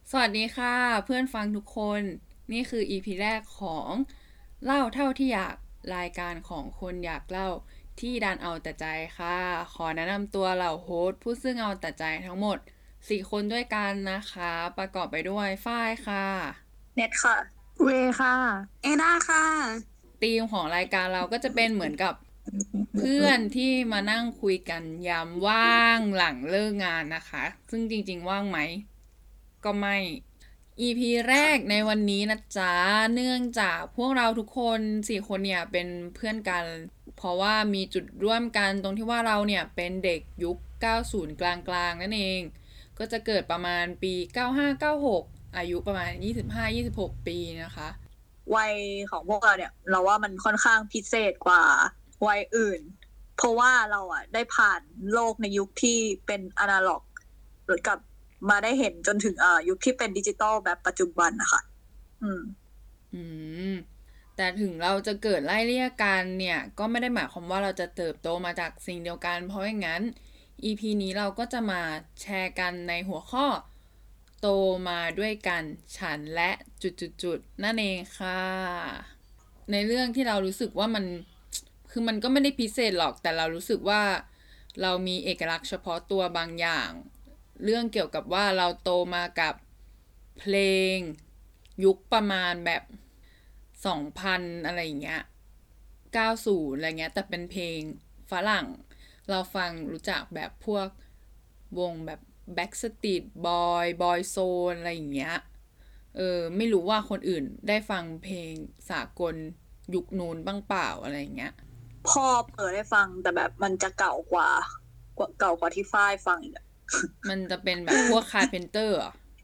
สวัสดีค่ะเพื่อนฟังทุกคนนี่คือ EP แรกของเล่าเท่าที่อยากรายการของคนอยากเล่าที่ดันเอาแต่ใจค่ะขอแนะนำตัวเหล่าโฮสต์ผู้ซึ่งเอาแต่ใจทั้งหมด4คนด้วยกันนะคะประกอบไปด้วยฝ้ายค่ะเน็ตค่ะเวค่ะเอด้าค่ะธีมของรายการเราก็จะเป็นเหมือนกับเพื่อนที่มานั่งคุยกันยามว่างหลังเลิกงานนะคะซึ่งจริงๆว่างไหมก็ไม่ EP แรกในวันนี้นะจ๊ะเนื่องจากพวกเราทุกคน4 คนเนี่ยเป็นเพื่อนกันเพราะว่ามีจุดร่วมกันตรงที่ว่าเราเนี่ยเป็นเด็กยุค90กลางๆนั่นเองก็จะเกิดประมาณปี95-96อายุประมาณ25-26ปีนะคะวัยของพวกเราเนี่ยเราว่ามันค่อนข้างพิเศษกว่าวัยอื่นเพราะว่าเราอ่ะได้ผ่านโลกในยุคที่เป็นอนาล็อกหรือกับมาได้เห็นจนถึงยุคที่เป็นดิจิตอลแบบปัจจุบันนะคะอืมอืมแต่ถึงเราจะเกิดไล่เลี่ยกันเนี่ยก็ไม่ได้หมายความว่าเราจะเติบโตมาจากสิ่งเดียวกันเพราะอย่างนั้น EP นี้เราก็จะมาแชร์กันในหัวข้อโตมาด้วยกันฉันและจุดๆๆนั่นเองค่ะในเรื่องที่เรารู้สึกว่ามันคือมันก็ไม่ได้พิเศษหรอกแต่เรารู้สึกว่าเรามีเอกลักษณ์เฉพาะตัวบางอย่างเรื่องเกี่ยวกับว่าเราโตมากับเพลงยุคประมาณแบบ2000อะไรอย่างเงี้ย90อะไรเงี้ยแต่เป็นเพลงฝรั่งเราฟังรู้จักแบบพวกวงแบบ Backstreet Boy Boyzone อะไรอย่างเงี้ยไม่รู้ว่าคนอื่นได้ฟังเพลงสากลยุคนู้นบ้างเปล่าอะไรอย่างเงี้ยพ่อเปิดให้ฟังแต่แบบมันจะเก่ากว่าที่ฝ้ายฟังอีกอะมันจะเป็นแบบพวกคาร์เพนเตอร์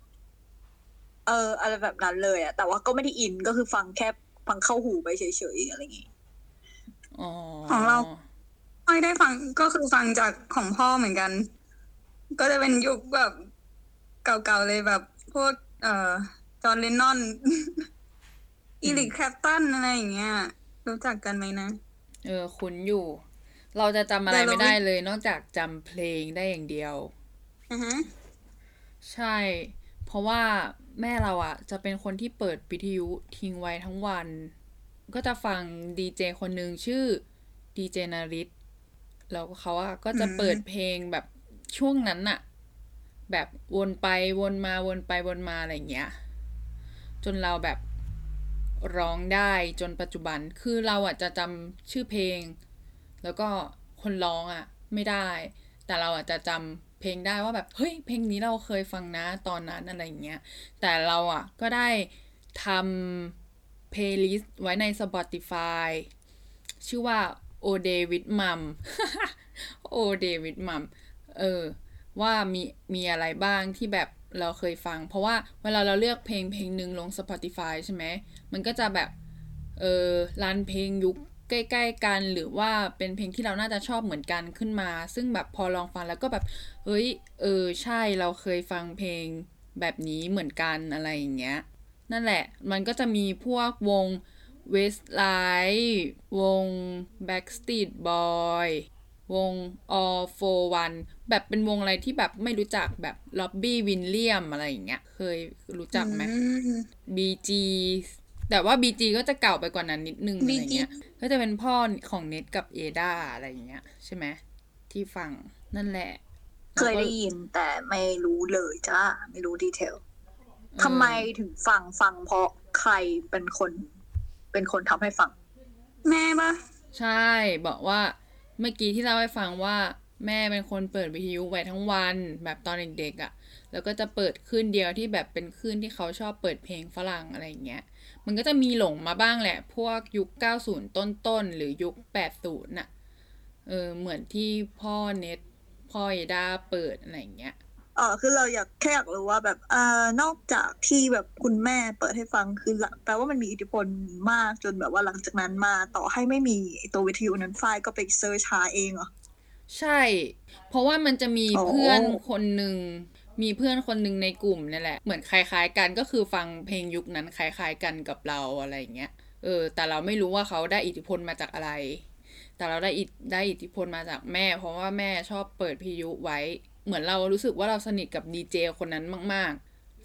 อะไรแบบนั้นเลยอะแต่ว่าก็ไม่ได้อินก็คือฟังแค่ฟังเข้าหูไปเฉยๆอะไรอย่างงี้อ๋อของเราไม่ได้ฟังก็คือฟังจากของพ่อเหมือนกัน ก็จะเป็นยุคแบบเก่าๆเลยแบบพวกจอห์นเลนนอนอีริกแคลปตันอะไรอย่างเงี้ยรู้จักกันไหมนะคุ้นอยู่เราจะจำอะไรแต่เราไม่ไม่ได้เลยนอกจากจำเพลงได้อย่างเดียวอือฮะใช่เพราะว่าแม่เราอ่ะจะเป็นคนที่เปิดวิทยุทิ้งไว้ทั้งวันก็จะฟังดีเจคนหนึ่งชื่อดีเจนาริตแล้วเขาอะก็อืจะเปิดเพมลงแบบช่วงนั้นอะแบบวนไปวนมาวนไปวนมาอะไรอย่างเงี้ยจนเราแบบร้องได้จนปัจจุบันคือเราอะจะจำชื่อเพลงแล้วก็คนร้องอะไม่ได้แต่เราอะจะจำเพลงได้ว่าแบบเฮ้ยเพลงนี้เราเคยฟังนะตอนนั้นอะไรอย่างเงี้ยแต่เราอะก็ได้ทำเพลย์ลิสต์ไว้ใน Spotify ชื่อว่า O Day with Mum O Day with Mum เออว่ามีอะไรบ้างที่แบบเราเคยฟังเพราะว่าเวลาเราเลือกเพลงหนึ่งลง Spotify ใช่ไหมมันก็จะแบบเออรันเพลงยุคใกล้ๆกันหรือว่าเป็นเพลงที่เราน่าจะชอบเหมือนกันขึ้นมาซึ่งแบบพอลองฟังแล้วก็แบบเฮ้ยใช่เราเคยฟังเพลงแบบนี้เหมือนกันอะไรอย่างเงี้ยนั่นแหละมันก็จะมีพวกวง Westlife วง Backstreet Boy วง All for One แบบเป็นวงอะไรที่แบบไม่รู้จักแบบล็อบบี้วินเลียมอะไรอย่างเงี้ยเคยรู้อืจักไหมม BG แต่ว่า BG ก็จะเก่าไปกว่านั้นนิดนึงอะบีจีไรเงี้ยก็จะเป็นพ่อของเน็ตกับเอดาอะไรอย่างเงี้ยใช่ไหมที่ฟังนั่นแหละเคแล้วก็ยได้ยินแต่ไม่รู้เลยจ้าไม่รู้ดีเทลเอทำไมอถึงฟังเพราะใครเป็นคนทำให้ฟังแม่ปะใช่บอกว่าเมื่อกี้ที่เล่าให้ฟังว่าแม่เป็นคนเปิดวิทยุไว้ทั้งวันแบบตอนเด็กๆอะ่ะแล้วก็จะเปิดคลื่นเดียวที่แบบเป็นคลื่นที่เขาชอบเปิดเพลงฝรั่งอะไรอย่างเงี้ยมันก็จะมีหลงมาบ้างแหละพวกยุค90ต้นๆหรือยุค80น่ะเหมือนที่พ่อเน็ตพ่อเอดาเปิดอะไรอย่างเงี้ยคือเราแค่อยากรู้ว่าแบบนอกจากที่แบบคุณแม่เปิดให้ฟังคือแปลว่ามันมีอิทธิพลมากจนแบบว่าหลังจากนั้นมาต่อให้ไม่มีตัววิทยุนั้นฝ้ายก็ไปเซิร์ชหาเองเหรอใช่ เพราะว่ามันจะมีโอ้เพื่อนคนหนึ่งมีเพื่อนคนหนึ่งในกลุ่มนี่แหละ เหมือนคล้ายๆกันก็คือฟังเพลงยุคนั้นคล้ายๆกันกับเราอะไรอย่างเงี้ยแต่เราไม่รู้ว่าเขาได้อิทธิพลมาจากอะไร แต่เราได้อิทธิพลมาจากแม่เพราะว่าแม่ชอบเปิดพิยุไว้ เหมือนเรารู้สึกว่าเราสนิทกับดีเจคนนั้นมากๆ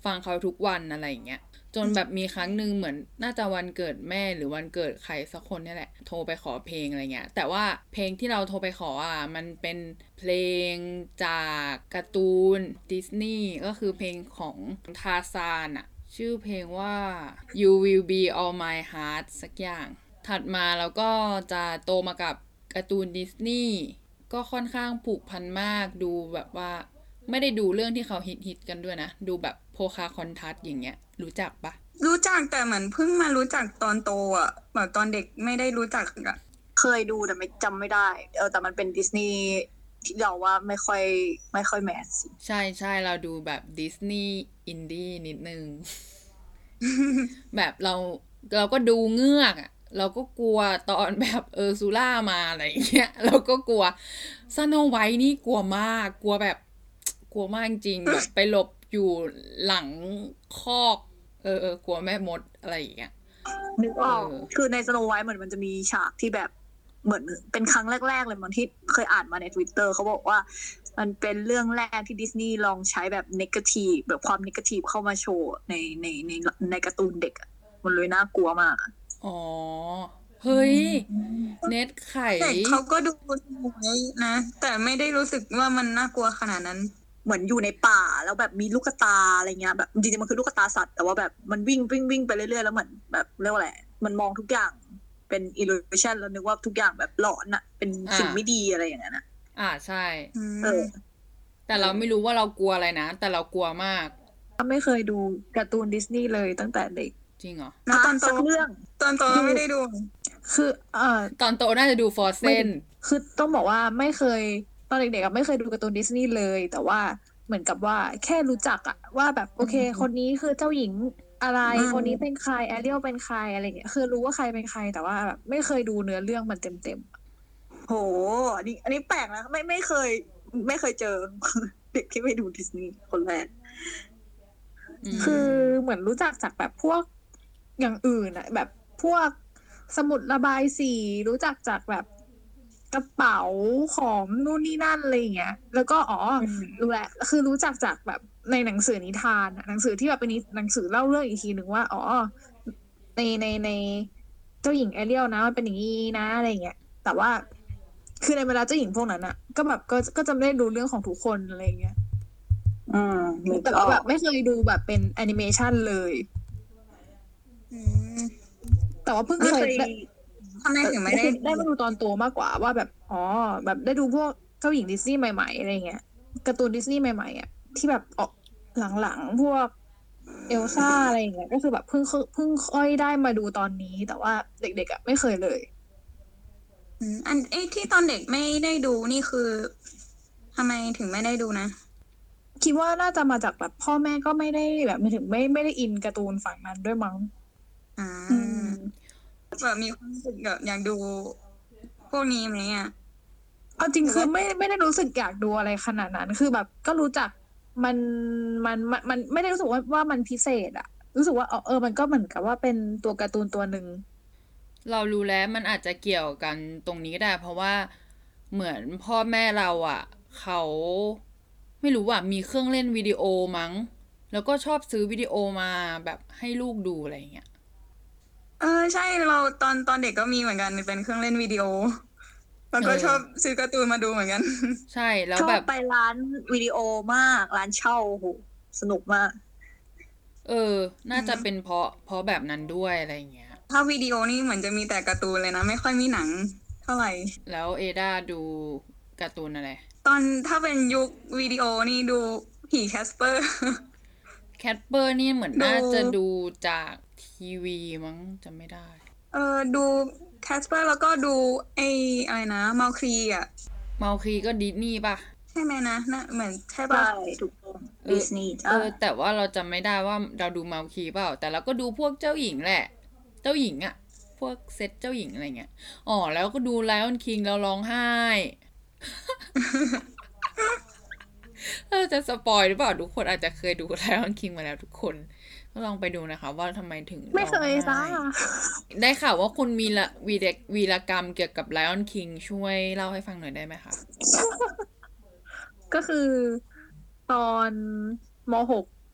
ฟังเขาทุกวันอะไรอย่างเงี้ยจนแบบมีครั้งหนึ่งเหมือนน่าจะวันเกิดแม่หรือวันเกิดใครสักคนนี่แหละโทรไปขอเพลงอะไรเงี้ยแต่ว่าเพลงที่เราโทรไปขอมันเป็นเพลงจากการ์ตูนดิสนีย์ก็คือเพลงของทาซานชื่อเพลงว่า You Will Be All My Heart สักอย่างถัดมาแล้วก็จะโตมากับการ์ตูนดิสนีย์ก็ค่อนข้างผูกพันมากดูแบบว่าไม่ได้ดูเรื่องที่เขาฮิตกันด้วยนะดูแบบโพคาคอนทัสอย่างเงี้ยรู้จักปะรู้จักแต่เหมือนเพิ่งมารู้จักตอนโตอ่ะแบบตอนเด็กไม่ได้รู้จักอ่ะเคยดูแต่ไม่จำไม่ได้แต่มันเป็นดิสนีย์ที่เราว่าไม่ค่อยแมสใช่เราดูแบบดิสนีย์อินดี้นิดนึง แบบเราก็ดูเงือกเราก็กลัวตอนแบบซูล่ามาอะไรอย่างเงี้ยเราก็กลัวสโนไวท์นี่กลัวมากกลัวแบบกลัวมากจริงแบบไปหลบอยู่หลังคอกกลัวแม่มดอะไรอย่างเงี้ยนึกออกคือในสโนไวท์เหมือนมันจะมีฉากที่แบบเหมือนเป็นครั้งแรกๆเลยมันที่เคยอ่านมาใน Twitter เขาบอกว่ามันเป็นเรื่องแรกที่ดิสนีย์ลองใช้แบบเนกาทีฟแบบความเนกาทีฟเข้ามาโชว์ในการ์ตูนเด็กมันเลยน่ากลัวมากอ๋อเฮ้ยเน็ตไข่แต่เขาก็ดูไว้นะแต่ไม่ได้รู้สึกว่ามันน่ากลัวขนาดนั้นเหมือนอยู่ในป่าแล้วแบบมีลูกตาอะไรเงี้ยแบบจริงๆมันคือลูกตาสัตว์แต่ว่าแบบมันวิ่งไปเรื่อยๆแล้วเหมือนแบบเรียกว่าอะไรมันมองทุกอย่างเป็น illusion แล้วนึกว่าทุกอย่างแบบหลอนเป็นสิ่งไม่ดีอะไรอย่างเงี้ยใช่อแต่เราไม่รู้ว่าเรากลัวอะไรนะแต่เรากลัวมากไม่เคยดูการ์ตูนดิสนีย์เลยตั้งแต่เด็กจริงเหรอแล้วตอนโตเรื่องตอนโตไม่ได้ดูคือตอนโตน่าจะดูฟอร์เซนคือต้องบอกว่าไม่เคยตอนเด็กๆไม่เคยดูการ์ตูนดิสนีย์เลยแต่ว่าเหมือนกับว่าแค่รู้จักว่าแบบโอเคคนนี้คือเจ้าหญิงอะไรคนนี้เป็นใครแอเรียลเป็นใครอะไรเงี้ยคือรู้ว่าใครเป็นใครแต่ว่าแบบไม่เคยดูเนื้อเรื่องมันเต็มโหอันนี้แปลกนะไม่เคยเจอเด็กที่ไม่ดูดิสนีย์คนแรกคือเหมือนรู้จักจากแบบพวกอย่างอื่นแบบพวกสมุดระบายสีรู้จักจากแบบกระเป๋าของนู่นนี่นั่นอะไรอย่างเงี้ยแล้วก็รู้แหละคือรู้จักจากแบบในหนังสือนิทานหนังสือที่แบบเป็นหนังสือเล่าเรื่องอีกทีหนึ่งว่าในเจ้าหญิงแอเรียลนะมันเป็นอย่างนี้นะอะไรเงี้ยแต่ว่าคือในเวลาเจ้าหญิงพวกนั้นก็แบบก็จะไม่ได้ดูเรื่องของทุกคนอะไรเงี้ยแต่ว่าแบบไม่เคยดูแบบเป็นแอนิเมชันเลยแต่ว่าเพิ่งเคยทำไมถึงไม่ได้มาดูตอนโตมากกว่าว่าแบบแบบได้ดูพวกเจ้าหญิงดิสนีย์ใหม่ๆอะไรเงี้ยการ์ตูนดิสนีย์ใหม่ๆที่แบบออกหลังๆพวกเอลซ่าอะไรอย่างเงี้ยก็คือแบบเพิ่งค่อยได้มาดูตอนนี้แต่ว่าเด็กๆไม่เคยเลยอันที่ตอนเด็กไม่ได้ดูนี่คือทำไมถึงไม่ได้ดูนะคิดว่าน่าจะมาจากแบบพ่อแม่ก็ไม่ได้แบบไม่ถึงไม่ได้อินการ์ตูนฝั่งนั้นด้วยมั้งแบบมีความรู้สึกแบบอยากดูพวกนี้ไหมเอาจริงคือไม่ได้รู้สึกอยากดูอะไรขนาดนั้นคือแบบก็รู้จักมันไม่ได้รู้สึกว่ามันพิเศษรู้สึกว่ามันก็เหมือนกับว่าเป็นตัวการ์ตูนตัวหนึ่งเรารู้แล้วมันอาจจะเกี่ยวกันตรงนี้ก็ได้เพราะว่าเหมือนพ่อแม่เราเขาไม่รู้ว่ามีเครื่องเล่นวิดีโอมั้งแล้วก็ชอบซื้อวิดีโอมาแบบให้ลูกดูอะไรอย่างเงี้ยใช่เราตอนเด็กก็มีเหมือนกันเป็นเครื่องเล่นวิดีโอแล้วก็ชอบซื้อการ์ตูนมาดูเหมือนกันใช่แล้วแบบไปร้านวิดีโอมากร้านเช่าโหสนุกมากน่าจะเป็นเพราะแบบนั้นด้วยอะไรอย่างเงี้ยถ้าวิดีโอนี่เหมือนจะมีแต่การ์ตูนเลยนะไม่ค่อยมีหนังเท่าไหร่แล้วเอดาดูการ์ตูนอะไรถ้าเป็นยุควิดีโอนี่ดูผีแคสเปอร์แคทเปอร์นี่เหมือนน่าจะดูจากทีวีมั้งจำไม่ได้ดูแคสเปอร์แล้วก็ดูอะไรนะเมาครีเมาครีก็ดิสนีย์ป่ะใช่ไหมนะเหมือนใช่ป่ะถูกต้องดิสนีย์แต่ว่าเราจำไม่ได้ว่าเราดูเมาครีเปล่าแต่เราก็ดูพวกเจ้าหญิงแหละเจ้าหญิงพวกเซตเจ้าหญิงอะไรเงี้ยแล้วก็ดูไลออนคิงแล้วร้องไห้เราจะสปอยหรือเปล่าทุกคนอาจจะเคยดูไลออนคิงมาแล้วทุกคนก็ลองไปดูนะคะว่าทำไมถึงไม่เคยจ้าได้ข่าวว่าคุณมีวีรกรรมเกี่ยวกับไลออนคิงช่วยเล่าให้ฟังหน่อยได้ไหมคะก็คือตอนม.6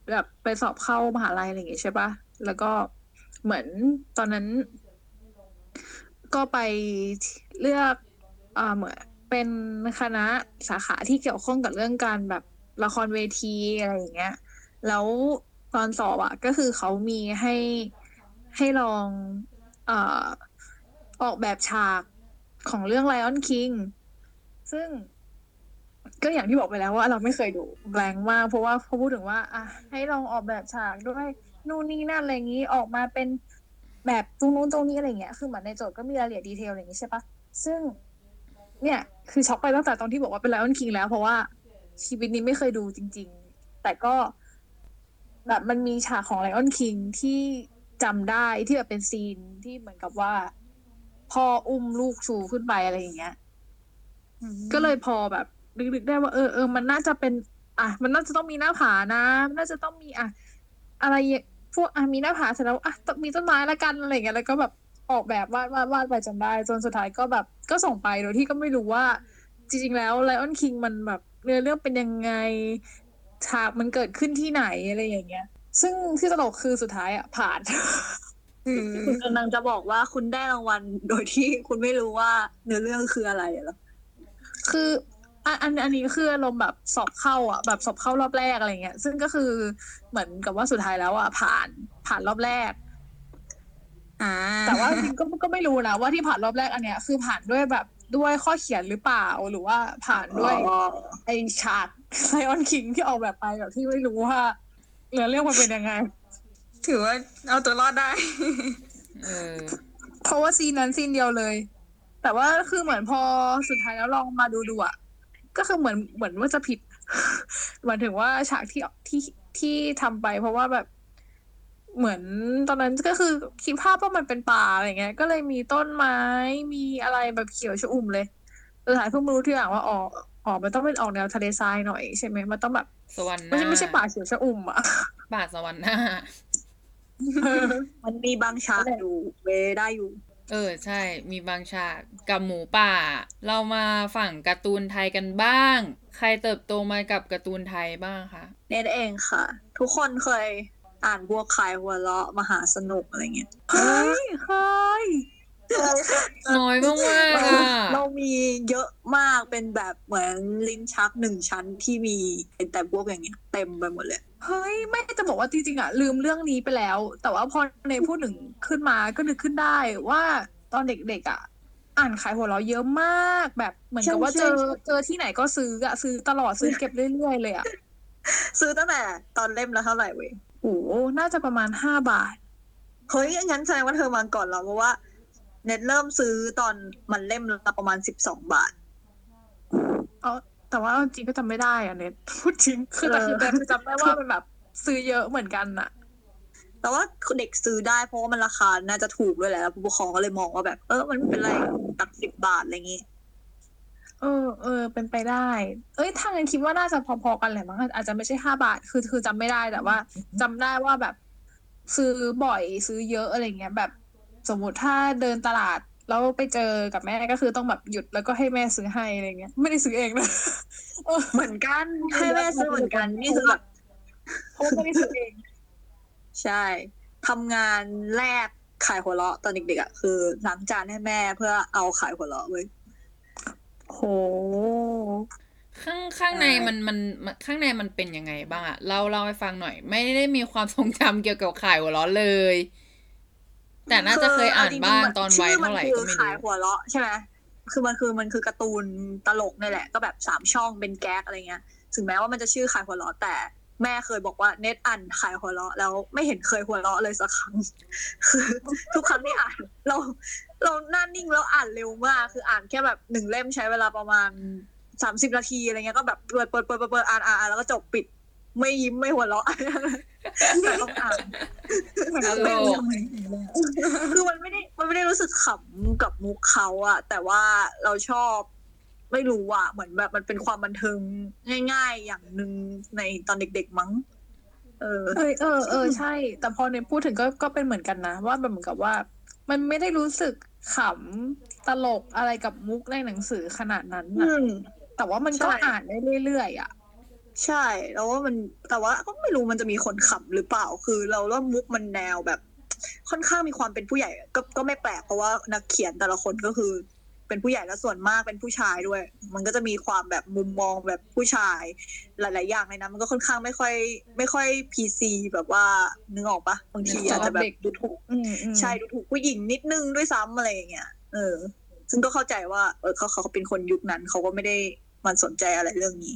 แบบไปสอบเข้ามหาลัยอะไรอย่างงี้ใช่ปะแล้วก็เหมือนตอนนั้น ก็ไปเลือกเหมือนเป็นคณะสาขาที่เกี่ยวข้องกับเรื่องการแบบละครเวทีอะไรอย่างเงี้ยแล้วตอนสอบอะก็คือเขามีให้ลองเอ่อออกแบบฉากของเรื่อง Lion King ซึ่งก็อย่างที่บอกไปแล้วว่าเราไม่เคยดูแรงมากเพราะว่าพอพูดถึงว่าให้ลองออกแบบฉากด้วยนู่นนี่นั่นอะไรอย่างนี้ออกมาเป็นแบบตรงนู้นตรงนี้อะไรเงี้ยคือเหมือนในโจทย์ก็มีรายละเอียดดีเทลอะไรอย่างนี้ใช่ปะซึ่งเนี่ยคือช็อกไปตั้งแต่ตอนที่บอกว่าเป็น Lion King แล้วเพราะว่าชีวิตนี้ไม่เคยดูจริงๆแต่ก็แบบมันมีฉากของ Lion King ที่จำได้ที่แบบเป็นซีนที่เหมือนกับว่าพ่ออุ้มลูกชูขึ้นไปอะไรอย่างเงี้ย ก็เลยพอแบบนึกๆได้ว่ามันน่าจะเป็นมันน่าจะต้องมีหน้าผานะมันน่าจะต้องมีอะไรพวกมีหน้าผาเสร็จแล้วต้องมีต้นไม้ละกันอะไรอย่างเงี้ยแล้วก็แบบออกแบบวาดไปจนได้จนสุดท้ายก็แบบก็ส่งไปโดยที่ก็ไม่รู้ว่าจริงๆแล้ว Lion King มันแบบเนื้อเรื่องเป็นยังไงฉากมันเกิดขึ้นที่ไหนอะไรอย่างเงี้ยซึ่งที่ตลกคือสุดท้ายผ่าน คุณกำลังจะบอกว่าคุณได้รางวัลโดยที่คุณไม่รู้ว่าเนื้อเรื่องคืออะไรเหรอ คืออันนี้คืออารมณ์แบบสอบเข้าแบบสอบเข้ารอบแรกอะไรเงี้ยซึ่งก็คือเหมือนกับว่าสุดท้ายแล้วผ่านรอบแรกแต่ว่าจริงก็ไม่รู้นะว่าที่ผ่านรอบแรกอันเนี้ยคือผ่านด้วยแบบด้วยข้อเขียนหรือเปล่าหรือว่าผ่านด้วยไอฉากไลออนคิงที่ออกแบบไปแบบที่ไม่รู้ว่าเรื่องมันเป็นยังไงถือว่าเอาตัวรอดได้เออเพราะว่าซีนนั้นซีนเดียวเลย แต่ว่าคือเหมือนพอสุดท้ายแล้วลองมาดูก็คือเหมือนว่าจะผิด หมายถึงว่าฉากที่ทำไป เพราะว่าแบบเหมือนตอนนั้นก็คือคิดภาพว่ามันเป็นป่าอะไรเงี้ยก็เลยมีต้นไม้มีอะไรแบบเขียวชอุ่มเลยสุดท้ายเพิ่งรู้ทีหลังว่ามันต้องเป็นออกแนวทะเลทรายหน่อยใช่ไหมมันต้องแบบสวรรค์หไม่น้าใช่ป่าเขียวชอุ่มอ่ะป่าสวรรค์หน้ามันมีบางฉากอยู่เวได้อยู่ใช่ มีบางฉากกับหมูป่า เรามาฝั่งการ์ตูนไทยกันบ้าง ใครเติบโตมากับการ์ตูนไทยบ้างคะเนตเองค่ะ ทุกคนเคยอ่านบัวคายหัวเราะมหาสนุกอะไรเงี้ยเฮ้ยเคยน้อยมากๆอ่ะเรามีเยอะมากเป็นแบบเหมือนลิ้นชักหนึ่งชั้นที่มีแต่พวกอย่างเงี้ยเต็มไปหมดเลยเฮ้ยไม่จะบอกว่าจริงๆลืมเรื่องนี้ไปแล้ว แต่ว่าพอในพูดถึงขึ้นมาก็นึกขึ้นได้ว่าตอนเด็กๆอ่านขายหัวเราะเยอะมากแบบเหมือนกับว่าเจอที่ไหนก็ซื้อตลอดซื้อเก็บเรื่อยๆเลยซื้อตั้งแต่ตอนเล่มละเท่าไหร่เว้ยโอ้น่าจะประมาณ5 บาทเฮ้ยงั้นแสดงว่าเธอมาก่อนเราเพราะว่าเน็ตเริ่มซื้อตอนมันเล่มละประมาณ12 บาทแต่ว่าจริงก็จำไม่ได้เน็ตพูดจริงคือแต่คือจำได้ว่ามันแบบซื้อเยอะเหมือนกันแต่ว่าเด็กซื้อได้เพราะว่ามันราคาน่าจะถูกด้วยแหละแล้วผู้ปกครองก็เลยมองว่าแบบมันไม่เป็นไรตัก10 บาทอะไรอย่างงี้เป็นไปได้ทางนั้นคิดว่าน่าจะพอๆกันแหละมั้งอาจจะไม่ใช่5 บาทคือจำไม่ได้แต่ว่าจำได้ว่าแบบซื้อบ่อยซื้อเยอะอะไรเงี้ยแบบสมมุติถ้าเดินตลาดแล้วไปเจอกับแม่ก็คือต้องแบบหยุดแล้วก็ให้แม่ซื้อให้อะไรเงี้ยไม่ได้ซื้อเองนะเหมือนกันให้แม่ซื้อเหมือนกันนี่คือแบบเพราะไม่ได้ซื้อเองใช่ทำงานแรกขายหัวเราะตอนเด็กๆคือล้างจานให้แม่เพื่อเอาขายหัวเราะเว้ยโหข้างในมันข้างในมันเป็นยังไงบ้างอะเล่าให้ฟังหน่อย ไม่ได้มีความทรงจำเกี่ยวกับข่ายหัวเราะเลย แต่น่าจะเคยอ่านบ้างตอนวัยเท่าไหร่ก็ไม่รู้ขายหัวเราะใช่ไหมมันคือการ์ตูนตลกนี่แหละก็แบบ3 ช่องเป็นแก๊กอะไรเงี้ยถึงแม้ว่ามันจะชื่อขายหัวเราะแต่แม่เคยบอกว่าเน็ตอ่านขายหัวเราะแล้วไม่เห็นเคยหัวเราะเลยสักครั้งคือทุกครั้งที่อ่านเราหน้านิ่งแล้วอ่านเร็วมากคืออ่านแค่แบบ1 เล่มใช้เวลาประมาณ30 นาทีอะไรเงี้ยก็แบบเปิดอ่านแล้วก็จบปิดไม่ยิ้มไม่หัวเราะต้องอ่านตลกคือมันไม่ได้รู้สึกขำกับมุกเขาอะแต่ว่าเราชอบไม่รู้อะเหมือนแบบมันเป็นความบันเทิงง่ายๆอย่างหนึ่งในตอนเด็กๆมั้งใช่ แต่พอเนี่ยพูดถึงก็เป็นเหมือนกันนะว่าแบบเหมือนกับว่า มันไม่ได้รู้สึกขำตลกอะไรกับมุกในหนังสือขนาดนั้นนะแต่ว่ามันก็อ่านได้เรื่อยๆอะใช่แล้วว่ามันแต่ว่าก็ไม่รู้มันจะมีคนขำหรือเปล่าคือเราว่ามุกมันแนวแบบ ค่อนข้างมีความเป็นผู้ใหญ่ก็ไม่แปลกเพราะว่านักเขียนแต่ละคนก็คือ เป็นผู้ใหญ่และส่วนมากเป็นผู้ชายด้วย มันก็จะมีความแบบมุมมองแบบผู้ชาย หลาย ๆ อย่างในนั้นมันก็ค่อนข้างไม่ค่อยพีซีแบบว่านึกออกปะบางทีอาจจะแบบดูถูกใช่ดูถูกผู้หญิงนิดนึงด้วยซ้ำอะไรอย่างเงี้ยซึ่งก็เข้าใจว่าเขาเป็นคนยุคนั้นเขาก็ไม่ได้มันสนใจอะไรเรื่องนี้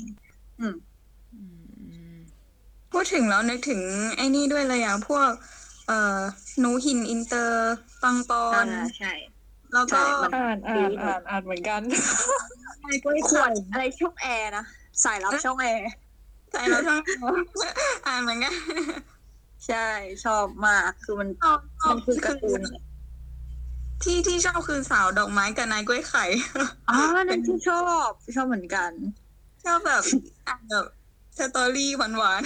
พูดถึงแล้วนึกถึงไอ้นี่ด้วยเลยอ่ะพวกหนูหินอินเตอร์ปังปอนใช่แล้วก็ใช่มันอ่านเหมือนกันขวดอะไรช่องแอร์นะสายลับช่องแอร์ใช่แล้วช่างอ่านเหมือนกันใช่ชอบมากคือมันคือการ์ตูนที่ชอบคือสาวดอกไม้กับนายกล้วยไข่นั่นที่ชอบเหมือนกันชอบแบบอ่านแบบสตอรี่หวาน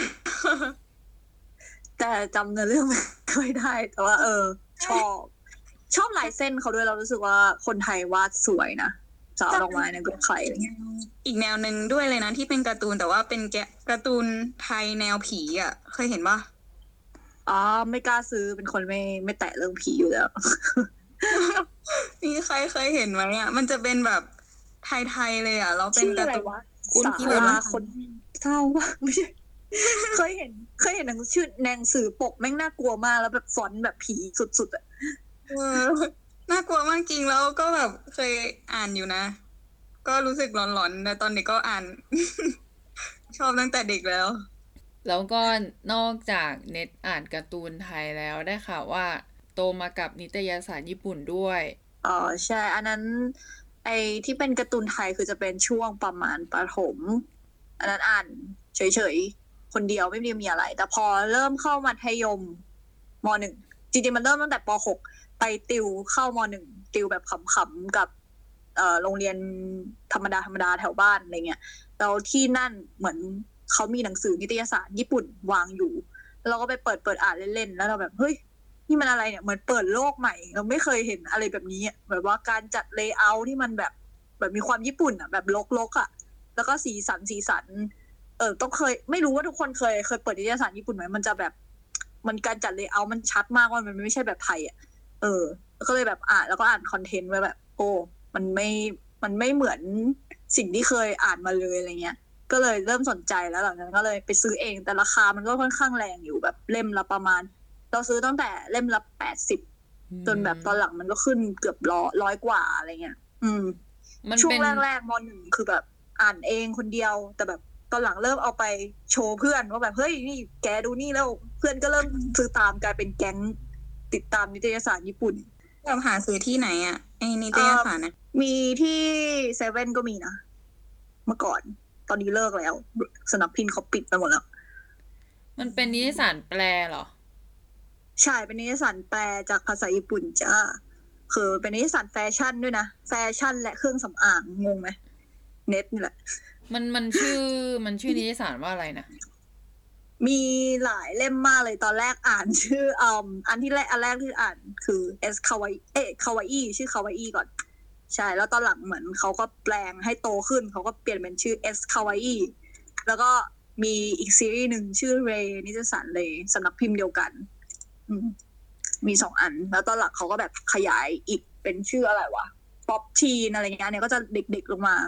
แต่จำเนื้อเรื่องไม่ค่อยได้แต่ว่าชอบลายเส้นเขาด้วยเรารู้สึกว่าคนไทยวาดสวยนะสาวดอกไม้นะก็ใครอะไรเงี้ยๆอีกแนวหนึ่งด้วยเลยนะที่เป็นการ์ตูนแต่ว่าเป็นการ์ตูนไทยแนวผีอ่ะเคยเห็นปะไม่กล้าซื้อเป็นคนไม่แตะเรื่องผีอยู่แล้วมีใครเคยเห็นไหมอ่ะมันจะเป็นแบบไทยๆเลยอ่ะแล้วเป็นการ์ตูนสาคนเศร้ามากไม่ใช่ เคยเห็นหนังชื่อหนังสือปกแม่งน่ากลัวมากแล้วแบบฟอนต์แบบผีสุดๆอ่ะน่ากลัวมากจริงแล้วก็แบบเคยอ่านอยู่นะ ก็รู้สึกหลอนๆแต่ตอนเด็กก็อ่าน ชอบตั้งแต่เด็กแล้วแล้วก็นอกจากเน็ตอ่านการ์ตูนไทยแล้วได้ข่าวว่าโตมากับนิตยสารญี่ปุ่นด้วยใช่อันนั้นไอที่เป็นการ์ตูนไทยคือจะเป็นช่วงประมาณประถมอันนั้นอ่านเฉยๆคนเดียวไม่ได้มีอะไร แต่พอเริ่มเข้ามัธยมม.1จริงๆมันเริ่มตั้งแต่ป.6ไปติวเข้าม.1ติวแบบขำๆกับโรงเรียนธรรมดาแถวบ้านอะไรเงี้ยแล้วที่นั่นเหมือนเขามีหนังสือนิตยสารญี่ปุ่นวางอยู่เราก็ไปเปิดอ่านเล่นๆแล้วเราแบบเฮ้ยนี่มันอะไรเนี่ยเหมือนเปิดโลกใหม่เราไม่เคยเห็นอะไรแบบนี้แบบว่าการจัดเลเยอร์ที่มันแบบมีความญี่ปุ่นอ่ะแบบลกๆอ่ะแล้วก็สีสันต้องเคยไม่รู้ว่าทุกคนเคยเปิดนิตยสารญี่ปุ่นไหมมันจะแบบมันการจัดเลเยอร์มันชัดมากว่ามันไม่ใช่แบบไทยอ่ะก็เลยแบบอ่านแล้วก็อ่านคอนเทนต์ไว้แบบโอ้มันไม่เหมือนสิ่งที่เคยอ่านมาเลยอะไรเงี้ยก็เลยเริ่มสนใจแล้วหลังจากนั้นก็เลยไปซื้อเองแต่ราคามันก็ค่อนข้างแรงอยู่แบบเล่มละประมาณเราซื้อตั้งแต่เล่มละ80จนแบบตอนหลังมันก็ขึ้นเกือบร้อยกว่าอะไรเงี้ยมันช่วเป็งนแรกๆม.1คือแบบอ่านเองคนเดียวแต่แบบตอนหลังเริ่มเอาไปโชว์เพื่อนว่าแบบเฮ้ยนี่แกดูนี่แล้วเพื่อนก็เริ่มซื้อตามกลายเป็นแก๊งติดตามนิตยสารญี่ปุ่นแบบหาซื้อที่ไหนอ่ะไอ้นิตยสารนะมีที่เซเว่นก็มีนะเมื่อก่อนตอนนี้เลิกแล้วสำนักพิมพ์เขาปิดไปหมดแล้วมันเป็นนิตยสารแปลเหรอใช่เป็นนิตยสารแปลจากภาษาญี่ปุ่นจ้าคือเป็นนิตยสารแฟชั่นด้วยนะแฟชั่นและเครื่องสำอางงงไหมเน็ตนี่แหละมันชื่อนิตยสารว่าอะไรนะมีหลายเล่มมากเลยตอนแรกอ่านชื่ออันแรกที่อ่านคือเอสคาวายคาวาอีชื่อคาวาอีก่อนใช่แล้วตอนหลังเหมือนเขาก็แปลงให้โตขึ้นเขาก็เปลี่ยนเป็นชื่อเอสคาวาอีแล้วก็มีอีกซีรีส์หนึ่งชื่อเรนิตยสารเรสำนักพิมพ์เดียวกันมี2อันแล้วตอนหลังเขาก็แบบขยายอีกเป็นชื่ออะไรวะป๊อปทีนอะไรเงี้ยเนี่ยก็จะเด็กๆลงมา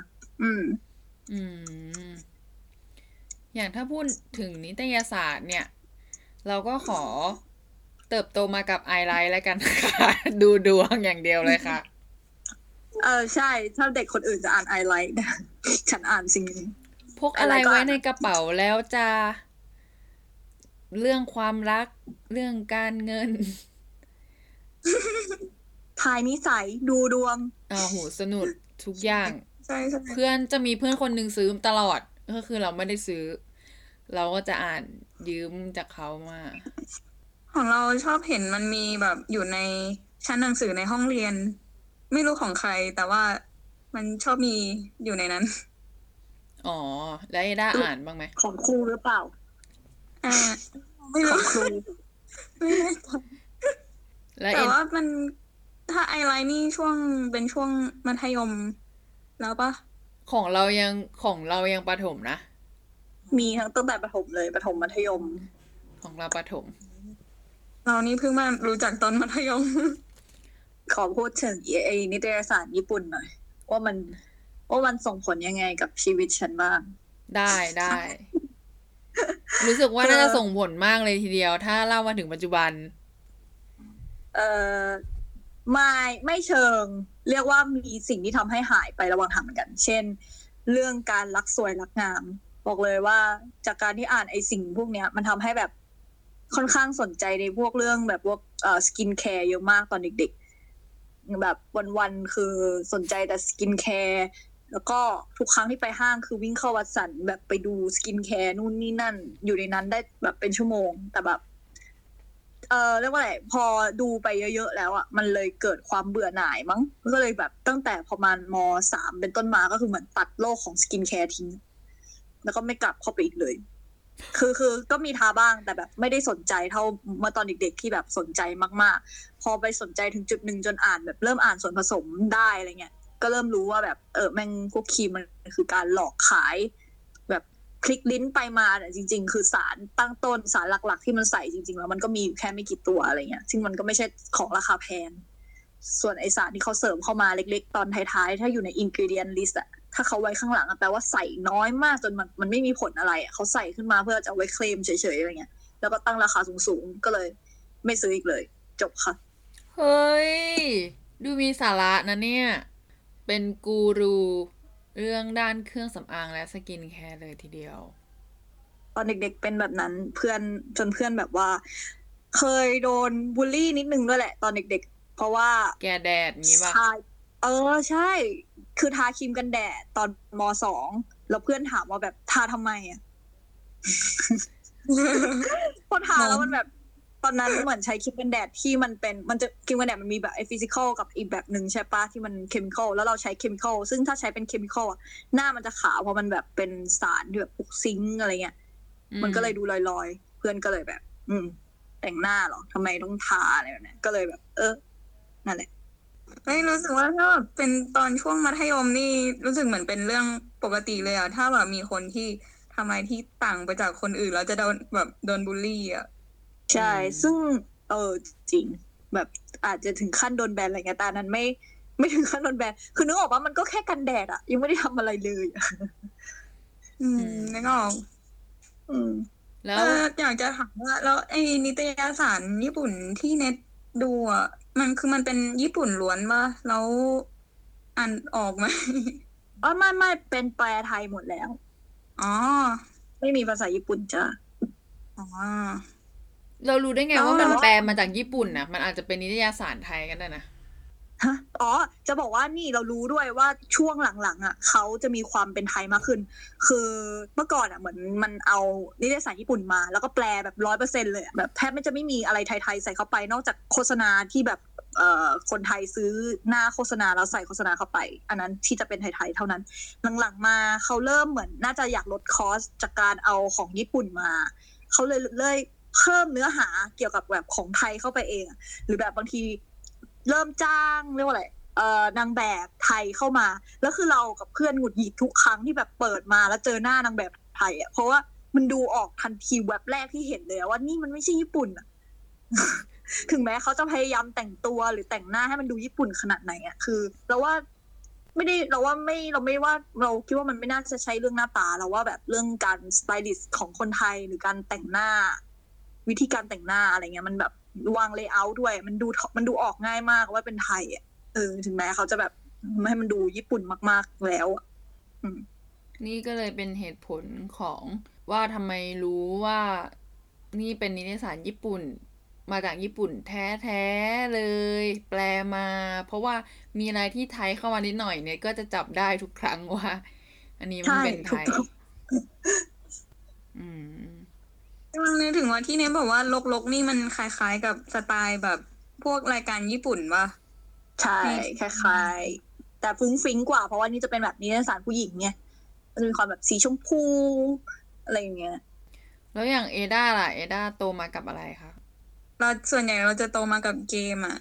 อย่างถ้าพูดถึงนิตยสารเนี่ย เราก็ขอเติบโตมากับไอไลท์แล้วกันค่ะ ดูดวงอย่างเดียวเลยค่ะใช่ถ้าเด็กคนอื่นจะอ่านไอไลท์ฉันอ่านสิ่งนี้พกอะไรไว้ในกระเป๋าแล้วจะเรื่องความรักเรื่องการเงินทายนิสัยดูดวงโหสนุกทุกอย่างใช่เพื่อนคนหนึ่งซื้อตลอดก็คือเราไม่ได้ซื้อ เราก็จะอ่านยืมจากเขามาของเราชอบเห็นมันมีแบบอยู่ในชั้นหนังสือในห้องเรียน ไม่รู้ของใคร แต่ว่ามันชอบมีอยู่ในนั้นอ๋อ แล้วเอด้าอ่านบ้างไหมของครูหรือเปล่าไม่ขอรู้งครูไม่แน่ใจแล้วแต่ว่ามันถ้าไอไลน์นี่เป็นช่วงมัธยมแล้วปะของเรายังประถมนะมีทั้งตั้งแต่ประถมเลยประถมมัธยมของเราประถมเรานี่เพิ่งมารู้จักตอนมัธยมขอพูดถึงไอ้นิตยสารญี่ปุ่นหน่อย ว่ามันส่งผลยังไงกับชีวิตฉันบ้างได้ รู้สึกว่าน่าจะส่งผลมากเลยทีเดียว ถ้าเล่ามาถึงปัจจุบันเออไม่เชิง เรียกว่ามีสิ่งที่ทำให้หายไประหว่างทางเหมือนกัน เช่น เรื่องการรักสวยรักงาม บอกเลยว่าจากการที่อ่านไอ้สิ่งพวกเนี้ย มันทำให้แบบค่อนข้างสนใจในพวกเรื่องแบบพวกสกินแคร์เยอะมากตอนเด็กๆแบบวันๆคือสนใจแต่สกินแคร์แล้วก็ทุกครั้งที่ไปห้างคือวิ่งเข้าวัดสันแบบไปดูสกินแคร์นู่นนี่นั่น อยู่ในนั้นได้แบบเป็นชั่วโมง แต่แบบเรียกว่าอะไรพอดูไปเยอะๆแล้วอ่ะมันเลยเกิดความเบื่อหน่ายมั้งก็เลยแบบตั้งแต่ประมาณม.3 เป็นต้นมาก็คือเหมือนตัดโลกของสกินแคร์ทิ้งแล้วก็ไม่กลับเข้าไปอีกเลย คือก็มีทาบ้างแต่แบบไม่ได้สนใจเท่าเมื่อตอนเด็กๆที่แบบสนใจมากๆพอไปสนใจถึงจุดหนึ่งจนอ่านแบบเริ่มอ่านส่วนผสมได้อะไรเงี้ยก็เริ่มรู้ว่าแบบแม่งพวกครีมมันคือการหลอกขายแบบคลิกลิ้นไปมาแต่จริงๆคือสารตั้งต้นสารหลักๆที่มันใส่จริงๆแล้วมันก็มีแค่ไม่กี่ตัวอะไรเงี้ยซึ่งมันก็ไม่ใช่ของราคาแพงส่วนไอสารที่เขาเสริมเข้ามาเล็กๆตอนท้ายๆถ้าอยู่ใน ingredient list อะถ้าเขาไว้ข้างหลังแปลว่าใส่น้อยมากจนมันไม่มีผลอะไรเขาใส่ขึ้นมาเพื่อจะเอาไว้เคลมเฉยๆอะไรเงี้ยแล้วก็ตั้งราคาสูงๆก็เลยไม่ซื้ออีกเลยจบค่ะเฮ้ย ดูมีสาระนะเนี่ย เป็นกูรูเรื่องด้านเครื่องสำอางและสกินแคร์เลยทีเดียวตอนเด็กๆเป็นแบบนั้นเพื่อนจนเพื่อนแบบว่า เคยโดนบูลลี่นิดนึงด้วยแหละ ตอนเด็กๆ เพราะว่าแกแดดงี้ป่ะทาใช่ คือทาครีมกันแดดตอนม.2 แล้วเพื่อนถามว่าแบบทาทำไมอ่ะ พอทาแล้วมันแบบ ตอนนั้นเหมือนใช้ครีมกันแดดที่มันจะครีมกันแดดมันมีแบบไอ้ฟิสิกอลกับอีกแบบหนึ่งใช่ปะที่มันเคมีคอลแล้วเราใช้เคมีคอลซึ่งถ้าใช้เป็นเคมีคอลอ่ะหน้ามันจะขาวเพราะมันแบบเป็นสารที่แบบพวกซิงค์อะไรเงี้ย มันก็เลยดูลอยๆ เพื่อนก็เลยแบบ แต่งหน้าเหรอทำไมต้องทาอะไรแบบนี้ก็เลยแบบ นั่นแหละไม่รู้สึกว่าถ้าแบบเป็นตอนช่วงมัธยมนี่รู้สึกเหมือนเป็นเรื่องปกติเลยอะถ้าแบบมีคนที่ทำอะไรที่ต่างไปจากคนอื่นแล้วจะโดนบูลลี่อะใช่ ซึ่งจริง แบบอาจจะถึงขั้นโดนแบนอะไรเงี้ยแต่อันนั้นไม่ถึงขั้นโดนแบน คือนึกออกว่ามันก็แค่กันแดดอะยังไม่ได้ทำอะไรเลยอะนึกออกแล้วอยากจะถามว่าแล้วไอ้นิตยสารญี่ปุ่นที่เน็ตดูอ่ะมันเป็นญี่ปุ่นล้วนป่ะแล้วอ่านออกไหมไม่เป็นแปลไทยหมดแล้วอ๋อไม่มีภาษาญี่ปุ่นจ้ะอ๋อเรารู้ได้ไงแล้วว่ามันแปลมาจากญี่ปุ่นนะมันอาจจะเป็นนิตยสารไทยกันได้นะฮะจะบอกว่านี่เรารู้ด้วยว่าช่วงหลังๆอ่ะเขาจะมีความเป็นไทยมากขึ้น คือเมื่อก่อนอ่ะเหมือนมันเอานิตยสารญี่ปุ่นมา แล้วก็แปลแบบ100%เลยแบบแทบไม่จะไม่มีอะไรไทยๆใส่เข้าไป นอกจากโฆษณาที่แบบคนไทยซื้อหน้าโฆษณาแล้วใส่โฆษณาเข้าไป อันนั้นที่จะเป็นไทยๆเท่านั้น หลังๆมาเขาเริ่มเหมือนน่าจะอยากลดคอสจากการเอาของญี่ปุ่นมาเขาเลยเพิ่มเนื้อหาเกี่ยวกับแบบของไทยเข้าไปเองหรือแบบบางทีเริ่มจ้างเรียกว่าอะไรนางแบบไทยเข้ามาแล้วคือเรากับเพื่อนหงุดหงิดทุกครั้งที่แบบเปิดมาแล้วเจอหน้านางแบบไทยเพราะว่ามันดูออกทันทีแวบแรกที่เห็นเลยว่านี่มันไม่ใช่ญี่ปุ่นอะ ถึงแม้เขาจะพยายามแต่งตัวหรือแต่งหน้าให้มันดูญี่ปุ่นขนาดไหนคือเราว่าไม่ได้เราไม่ว่าเราคิดว่ามันไม่น่าจะใช้เรื่องหน้าตาเราว่าแบบเรื่องการสไตลิสต์ของคนไทยหรือการแต่งหน้าวิธีการแต่งหน้าอะไรเงี้ยมันแบบวางเลเยอร์ด้วยมันดูออกง่ายมากว่าเป็นไทยถึงแม้เขาจะแบบไม่ให้มันดูญี่ปุ่นมากๆแล้วนี่ก็เลยเป็นเหตุผลของว่าทำไมรู้ว่านี่เป็นนิตยสารญี่ปุ่นมาจากญี่ปุ่นแท้ๆเลย แปลมา เพราะว่ามีอะไรที่ไทยเข้ามานิดหน่อยเนี่ยก็จะจับได้ทุกครั้งว่า อันนี้มันเป็นไทยกำลังนึกถึงว่าที่เน็ตบอกว่าลกๆนี่มันคล้ายๆกับสไตล์แบบพวกรายการญี่ปุ่นป่ะใช่คล้ายๆแต่ฟุ้งฟิ้งกว่าเพราะว่านี่จะเป็นแบบนิตยสารผู้หญิงไงมันจะมีความแบบสีชมพูอะไรอย่างเงี้ยแล้วอย่างเอด้าล่ะเอด้าโตมากับอะไรคะเราส่วนใหญ่เราจะโตมากับเกมอ่ะ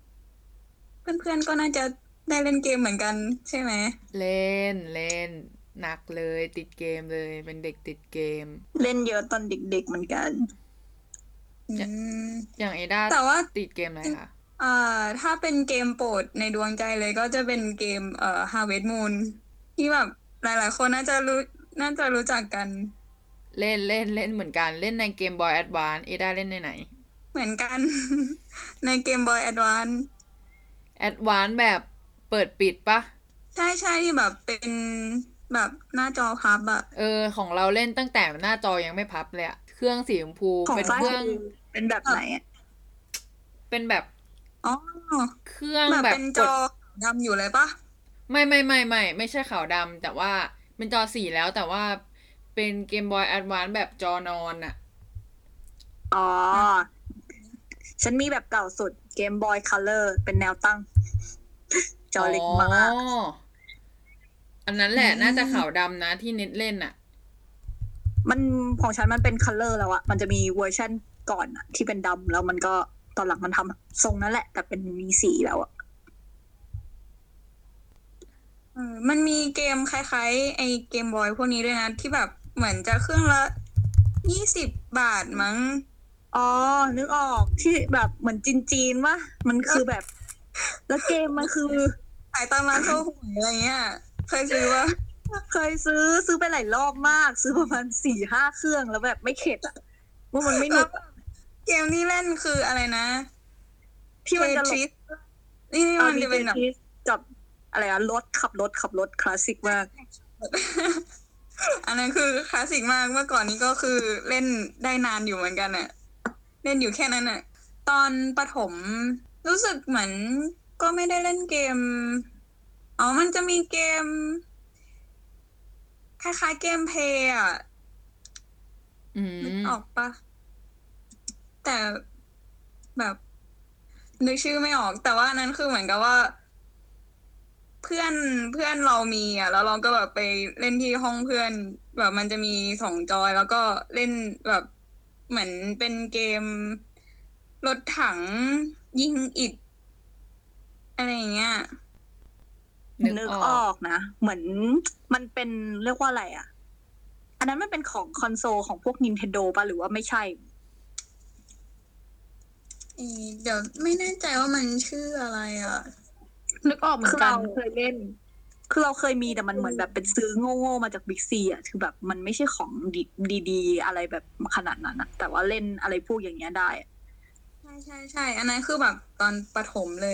เพื่อนๆก็น่าจะได้เล่นเกมเหมือนกันใช่ไหมเล่นหนักเลยติดเกมเลยเป็นเด็กติดเกมเล่นเยอะตอนเด็กๆเหมือนกันอืมอย่างเอด้าแต่ว่าติดเกมอะไรคะถ้าเป็นเกมโปรดในดวงใจเลยก็จะเป็นเกมHarvest Moon ที่แบบหลายๆคนน่าจะรู้จักกันเล่นเหมือนกันเล่นในเกมบอยแอดวานซ์เอด้าเล่นในไหนเหมือนกัน ในเกม Boy Advance แอดวานซ์แบบเปิดปิดปะใช่ที่แบบเป็นแบบหน้าจอพับอะของเราเล่นตั้งแต่หน้าจอยังไม่พับเลยอะเครื่องสีชมพูของเป็นฝ้ายเครื่องเป็นแบบไหนอ่ะเป็นแบบอ๋อเครื่องแบบแบบเป็นกจดอดำอยู่เลยปะไม่ใช่ขาวดำแต่ว่าเป็นจอสีแล้วแต่ว่าเป็นเกมบอยแอดวานซ์แบบจอนอนอะอ๋อ ฉันมีแบบเก่าสุดเกมบอยคัลเลอร์เป็นแนวตั้ง จอเล็กมากอันนั้นแหละน่าจะขาวดำนะที่เน็ตเล่นอะมันของฉันมันเป็นคัลเลอร์แล้วอะมันจะมีเวอร์ชั่นก่อนอะที่เป็นดำแล้วมันก็ตอนหลังมันทำทรงนั่นแหละ แต่เป็นมีสีแล้วอะมันมีเกมคล้ายๆไอเกมบอยพวกนี้ด้วยนะที่แบบเหมือนจะเครื่องละ20 บาทมั้งอ๋อ นึกออกที่แบบเหมือนจีนๆวะมันคือแบบ แล้วเกมมันคือขายตามร้านโชว์หวยอะไรเงี้ยเคยซื้อว่าเคยซื้อไปหลายรอบมาก ซื้อประมาณ4-5 เครื่องแล้วแบบไม่เข็ดอะว่ามันไม่หนุกอะเกมที่เล่นคืออะไรนะที่มันจะลทงริสนี่เอามันมีจะเป็เป็น นแบบกับอะไรอะขับรถคลาสสิกมากอันนั้นคือคลาสสิกมากเมื่อก่อนนี้ก็คือเล่นได้นานอยู่เหมือนกันอะเล่นอยู่แค่นั้นอะตอนประถมรู้สึกเหมือนก็ไม่ได้เล่นเกมมันจะมีเกมคล้ายๆเกมเพลย์อะ นึกออกปะแต่แบบนึกชื่อไม่ออก แต่ว่านั้นคือเหมือนกับว่า เพื่อนเรามีอ่ะแล้วเราก็แบบไปเล่นที่ห้องเพื่อน แบบมันจะมี2 จอย แล้วก็เล่นแบบเหมือนเป็นเกมรถถังยิงอิฐอะไรอย่างเงี้ยนึกออกนะ เหมือนมันเป็นเรียกว่าอะไรอ่ะ อันนั้นมันเป็นของคอนโซลของพวก Nintendo ป่ะหรือว่าไม่ใช่เดี๋ยวไม่แน่ใจว่ามันชื่ออะไรอ่ะนึกออกเหมือนกันเคยเล่น คือเราเคยมีแต่มันเหมือนแบบเป็นซื้อโง่ๆมาจากบิ๊กซีอ่ะคือแบบมันไม่ใช่ของดีๆอะไรแบบขนาดนั้นอะแต่ว่าเล่นอะไรพวกอย่างเงี้ยได้อะใช่ อันนั้นคือแบบตอนประถมเลย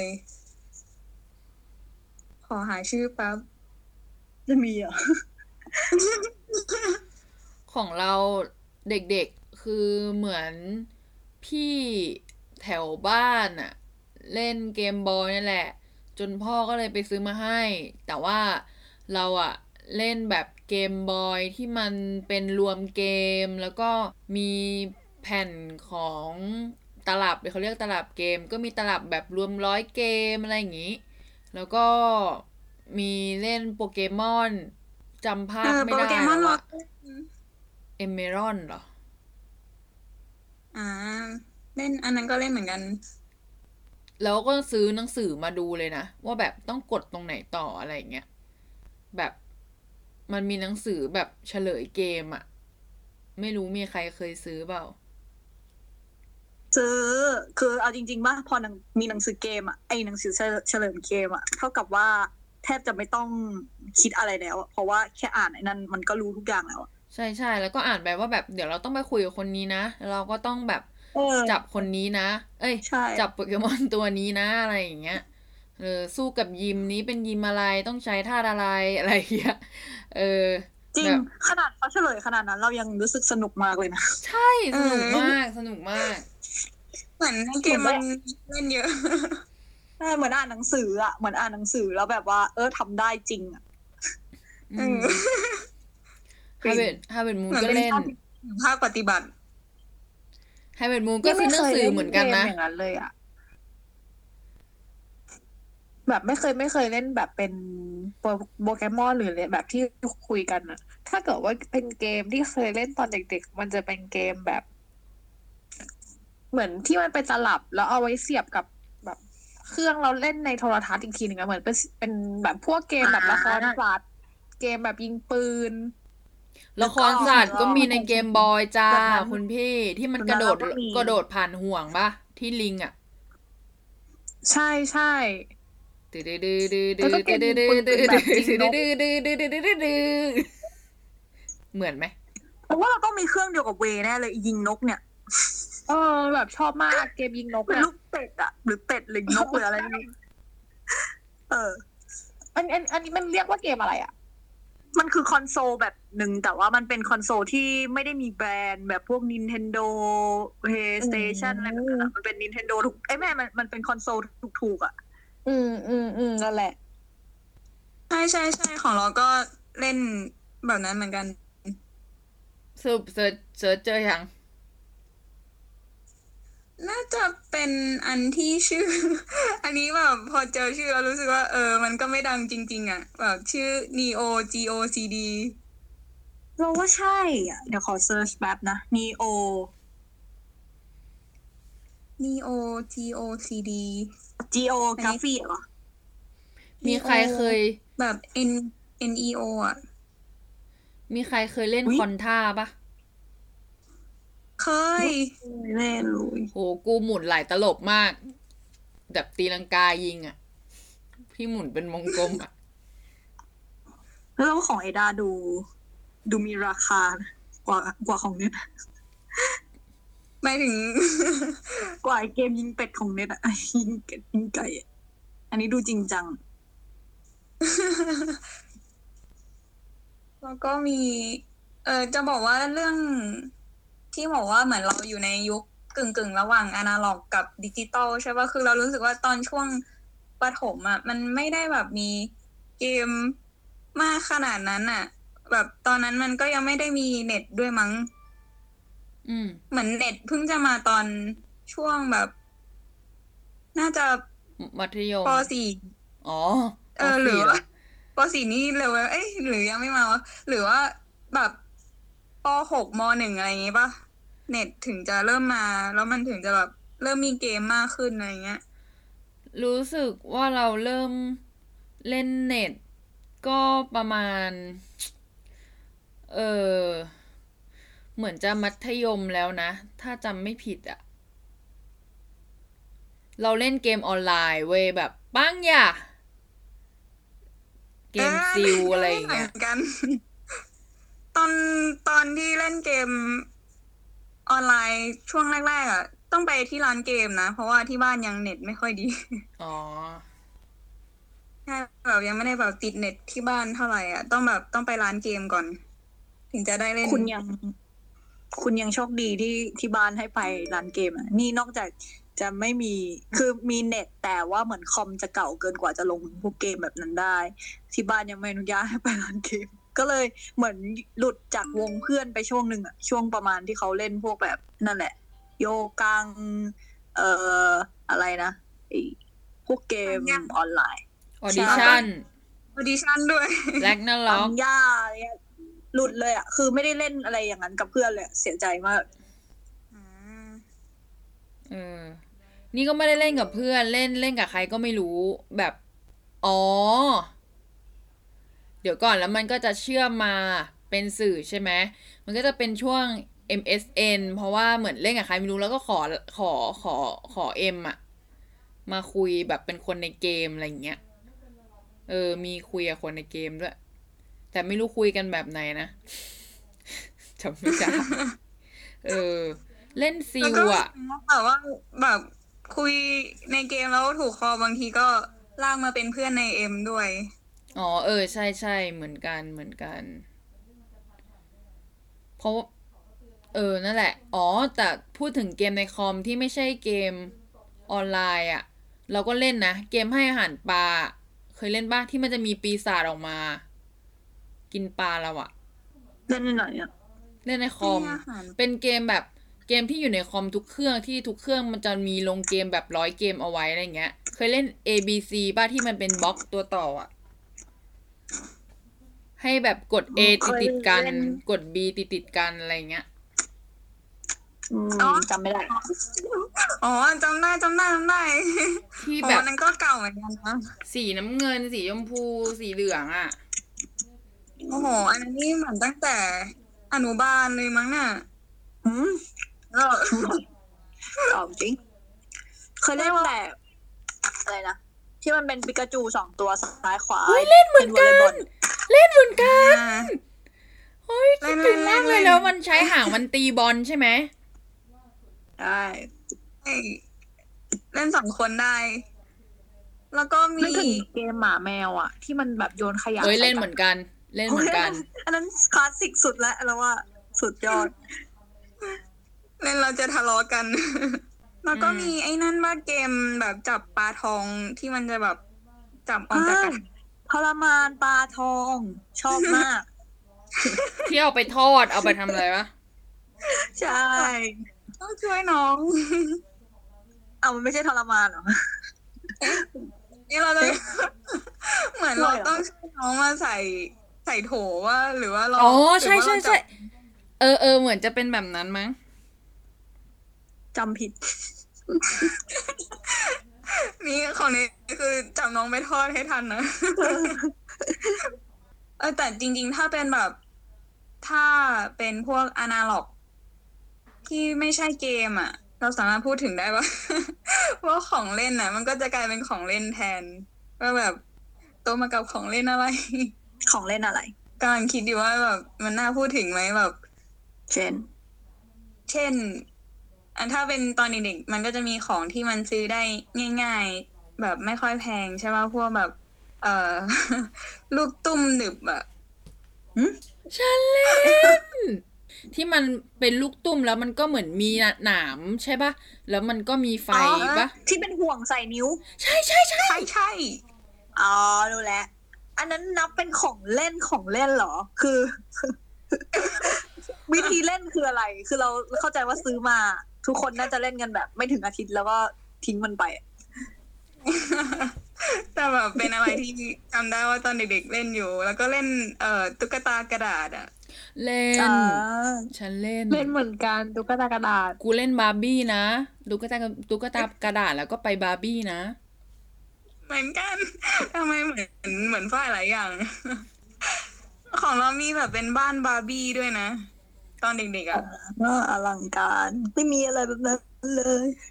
ขอหาชื่อแป๊บจะมีเหรอของเราเด็กๆคือเหมือนพี่แถวบ้านอะเล่นเกมบอยนี่แหละ จนพ่อก็เลยไปซื้อมาให้ แต่ว่าเราอะเล่นแบบเกมบอยที่มันเป็นรวมเกม แล้วก็มีแผ่นของตลับเขาเรียกตลับเกม ก็มีตลับแบบรวม100 เกมอะไรอย่างงี้ แล้วก็มีเล่นโปเกมอนจำภาคไม่ได้โปเกมอนแล้วเราอะเอเมรอนเหรอเล่นอันนั้นก็เล่นเหมือนกันแล้วก็ซื้อหนังสือมาดูเลยนะ ว่าแบบต้องกดตรงไหนต่ออะไรเงี้ยแบบมันมีหนังสือแบบเฉลยเกมอะไม่รู้มีใครเคยซื้อเปล่าซื้อคือเอาจริงๆว่าพอมีหนังสือเกมอ่ะไอหนังสือเฉลิมเกมอ่ะเท่ากับว่าแทบจะไม่ต้องคิดอะไรแล้วอะเพราะว่าแค่อ่านไอ้นั่นมันก็รู้ทุกอย่างแล้วอะใช่แล้วก็อ่านไปว่าแบบเดี๋ยวเราต้องไปคุยกับคนนี้นะแล้วเราก็ต้องแบบจับคนนี้นะ เอ้ยใช่จับโปเกมอนตัวนี้นะอะไรอย่างเงี้ยสู้กับยิมนี้เป็นยิมอะไรต้องใช้ธาตุอะไรอะไรอย่างเงี้ยจริงแบบขนาดเขาเฉลยขนาดนั้นเรายังรู้สึกสนุกมากเลยนะใช่สนุกมากสนุกมากเหมือนในเกมมันเล่นเยอะเหมือนอ่านหนังสืออ่ะเหมือนอ่านหนังสือแล้วแบบว่าทำได้จริงอ่ะฮาเวิร์ดมูนเหมือนก็เป็นเล่นภาคปฏิบัติฮาเวิร์ดมูนก็คือหนังสือเหมือนกันนะอย่างนั้นเลยอ่ะแบบไม่เคยเล่นแบบเป็นโปเกมอนหรือแบบที่คุยกันอะถ้าเกิดว่าเป็นเกมที่เคยเล่นตอนเด็กๆมันจะเป็นเกมแบบ เหมือนที่มันเป็นตลับแล้วเอาไว้เสียบกับแบบเครื่องเราเล่นในโทรทัศน์อีกทีหนึ่งอะเหมือนเป็นแบบพวกเกมแบบละครสัตว์เกมแบบยิงปืนละครสัตว์ก็มีในเกมบอยจ้าแบบนั้นคุณพี่ที่มันแบบนั้นเราก็มีกระโดดผ่านห่วงปะที่ลิงอ่ะใช่ใช่ดื้อดื้อดื้อดื้อแล้วก็เกมยิงปืนแบบยิงนกเหมือนไหมเพราะว่าเราต้องมีเครื่องเดียวกับเวแน่เลยยิงนกเนี่ยแบบชอบมากเกมยิงนกเป็นเนี่ยลูกเป็ดอะหรือเป็ดหรือนกหรืออะไรนี่เอออันนี้มันเรียกว่าเกมอะไรอ่ะมันคือคอนโซลแบบหนึ่งแต่ว่ามันเป็นคอนโซลที่ไม่ได้มีแบรนด์แบบพวก Nintendo PlayStation อะไรแบบนั้นอะมันเป็น Nintendo ถูกแม่มันเป็นคอนโซลถูกๆอ่ะนั่นแหละใช่ใช่ใช่ของเราก็เล่นแบบนั้นเหมือนกันสรุปเซิร์ชเจอยังน่าจะเป็นอันที่ชื่อ อันนี้แบบพอเจอชื่อแล้วรู้สึกว่ามันก็ไม่ดังจริง ๆ อ่ะ แบบชื่อ Neo GOCD เราว่าใช่อ่ะ เดี๋ยวขอเซิร์ชแป๊บนะ Neo Neo GOCD Geography เหรอมีใครเคยแบบ NEO อ่ะมีใครเคยเล่นอุ๊ยคอนท่าปะเคยไม่เล่นเลยโหกูหมุนหลายตลบมาก แบบตีลังกายิงอ่ะ พี่หมุนเป็นวงกลมอ่ะแล้วของไอดาดูมีราคากว่าของเน็ตหมายถึงกว่าไอเกมยิงเป็ดของเน็ตอะ ยิงเป็ดยิงไก่อะอันนี้ดูจริงจังแล้วก็มี จะบอกว่าเรื่องที่บอกว่าเหมือนเราอยู่ในยุคกึ่งระหว่างอนาล็อกกับดิจิตอลใช่ป่ะคือเรารู้สึกว่าตอนช่วงประถมอ่ะมันไม่ได้แบบมีเกมมากขนาดนั้นอ่ะ แบบตอนนั้นมันก็ยังไม่ได้มีเน็ตด้วยมั้งอืมเหมือนเน็ตเพิ่งจะมาตอนช่วงแบบ น่าจะมัธยมปอ๋อ .4 หรือปว่าป .4 นี่เร็วแล้วหรือยังไม่มาวะหรือว่าแบบป .6 ม .1 อะไรอย่างงี้ป่ะเน็ตถึงจะเริ่มมาแล้วมันถึงจะแบบเริ่มมีเกมมากขึ้นอะไรเงี้ยรู้สึกว่าเราเริ่มเล่นเน็ตก็ประมาณ เออ เหมือนจะมัธยมแล้วนะ ถ้าจำไม่ผิดอะเราเล่นเกมออนไลน์เว้ยแบบปังอย่าเกมซิลอะไรอย่างเงี้ยเหมือนกัน ตอนที่เล่นเกมออนไลน์ช่วงแรกๆอ่ะต้องไปที่ร้านเกมนะ เพราะว่าที่บ้านยังเน็ตไม่ค่อยดีอ๋อใช่แบบยังไม่ได้แบบติดเน็ตที่บ้านเท่าไหร่อ่ะต้องไปร้านเกมก่อน ถึงจะได้เล่นคุณยังโชคดีที่บ้านให้ไปร้านเกมอ่ะ นี่นอกจากจะไม่มีคือมีเน็ตแต่ว่าเหมือนคอมจะเก่าเกินกว่าจะลงพวกเกมแบบนั้นได้ ที่บ้านยังไม่อนุญาตให้ไปร้านเกม ก็เลยเหมือนหลุดจากวงเพื่อนไปช่วงหนึ่งอ่ะช่วงประมาณที่เขาเล่นพวกแบบนั่นแหละ โยกังอะไรนะไอ้พวกเกมออนไลน์ออดิชั่นออดิชั่นด้วยแร็กนาล็ปัอกงย่าอะไรเงี้ยหลุดเลยอ่ะคือไม่ได้เล่นอะไรอย่างนั้นกับเพื่อนเลยอะเสียใจมากเออ นี่ก็ไม่ได้เล่นกับเพื่อนเล่นกับใครก็ไม่รู้แบบ อ๋อ เดี๋ยวก่อนแล้วมันก็จะเชื่อมมาเป็นสื่อใช่ไหม มันก็จะเป็นช่วง MSN เพราะว่าเหมือนเล่นกับใครไม่รู้แล้วก็ขอเอ็มอะมาคุยแบบเป็นคนในเกมอะไรอย่างเงี้ย มีคุยกับคนในเกมด้วย แต่ไม่รู้คุยกันแบบไหนนะ จำไม่ได้ เล่นซิแล้วลก็อะแบบว่าแบบคุยในเกมแล้วถูกคอบางทีก็ลากมาเป็นเพื่อนในเอ็มด้วยอ๋อใช่เหมือนกันเพราะนั่นแหละ อ๋อแต่พูดถึงเกมในคอมที่ไม่ใช่เกมออนไลน์อ่ะ เราก็เล่นนะเกมให้อาหารปลาเคยเล่นป่ะที่มันจะมีปีศาจออกมา กินปลาเราอ่ะเล่นหน่อยอ่ะเล่นในคอมให้อาหารเป็นเกมแบบเกมที่อยู่ในคอมทุกเครื่องที่ทุกเครื่องมันจะมีลงเกมแบบ100 เกมเอาไว้อะไรเงี้ย เคยเล่น ABC ป่ะที่มันเป็นบล็อกตัวต่ออ่ะ ให้แบบกด A ติดกัน กด B ติดกันอะไรเงี้ยจำไม่ได้อ๋อจำได้ที่โอ้แบบนั่นก็เก่าเหมือนกันนะสีน้ำเงินสีชมพูสีเหลืองอ่ะโอ้โห อันนี้เหมือนตั้งแต่อนุบาลเลยมั้งน่ะอืมก็เอาจริง เคยเล่นแต่อะไรนะ ที่มันเป็นปิกาจู2 ตัวซ้ายขวาเฮ้ยเล่นเหมือนกันป็วลลย์บอลเล่นเหมือนกันอ่าเฮ้ยคิดถึงมากเลยเล่นแล้วมันใช้หางมันตีบอลใช่ไหมใช่เล่น2 คนได้ แล้วก็มีนึกถึงเกมหมาแมวอะที่มันแบบโยนขยะเอ้ยใส่เล่นเหมือนกัน เล่นเหมือนกันอันนั้นคลาสสิกสุดแล้วเราว่าสุดยอดเล่นเราจะทะเลาะกัน แล้วก็มีไอ้นั่นว่าเกมแบบจับปลาทองที่มันจะแบบจับออกจากกระทะทรมานปลาทอง ชอบมากที่เอาไปทอดเอาไปทำอะไรวะใช่ต้องช่วยน้องเอามันไม่ใช่ทรมานเหรอนี่เราจะ เหมือนเราต้องช่วยน้องมาใส่โถว่าหรือว่าเราอ๋อใช่หรือใช่ว่าเราใช่จับเหมือนจะเป็นแบบนั้นมั้งจำผิดนี่ของนี้คือจับน้องไปทอดให้ทันนะ แต่จริงๆ ถ้าเป็นแบบถ้าเป็นพวกอนาล็อกที่ไม่ใช่เกมอ่ะ เราสามารถพูดถึงได้ว่า ว่าของเล่นน่ะ มันก็จะกลายเป็นของเล่นแทนว่าแบบโตมากับของเล่นอะไรของเล่นอะไรกำลังคิดอยู่ว่าแบบมันน่าพูดถึงไหมแบบเช่นเช่น อันถ้าเป็นตอนเด็กๆมันก็จะมีของที่มันซื้อได้ง่ายๆ แบบไม่ค่อยแพงใช่ป่ะพวกแบบ ลูกตุ้มหนึบอะฉันเล่น ที่มันเป็นลูกตุ้มแล้วมันก็เหมือนมีหนามใช่ปะแล้วมันก็มีไฟปะที่เป็นห่วงใส่นิ้วใช่ใช่ใช่ใช่ใช่อ๋อรู้แล้ว อันนั้นนับเป็นของเล่นเหรอ คือ วิธีเล่นคืออะไร คือเราเข้าใจว่าซื้อมา ทุกคนน่าจะเล่นกันแบบ ไม่ถึงอาทิตย์แล้วก็ทิ้งมันไปแต่แบบเป็นอะไรที่จำได้ว่าตอนเด็กๆเล่นอยู่ แล้วก็เล่นตุ๊กตากระดาษอะเล่นอ่าฉันเล่นเล่นเหมือนกันตุ๊กตากระดาษกูเล่นบาร์บี้นะตุ๊กตากระดาษแล้วก็ไปบาร์บี้นะเหมือนกัน ทำไมเหมือนฝ้ายหลายอย่าง ของเรามีแบบเป็นบ้านบาร์บี้ด้วยนะ ตอนเด็กๆอะอลังการ ไม่มีอะไรแบบนั้นเลย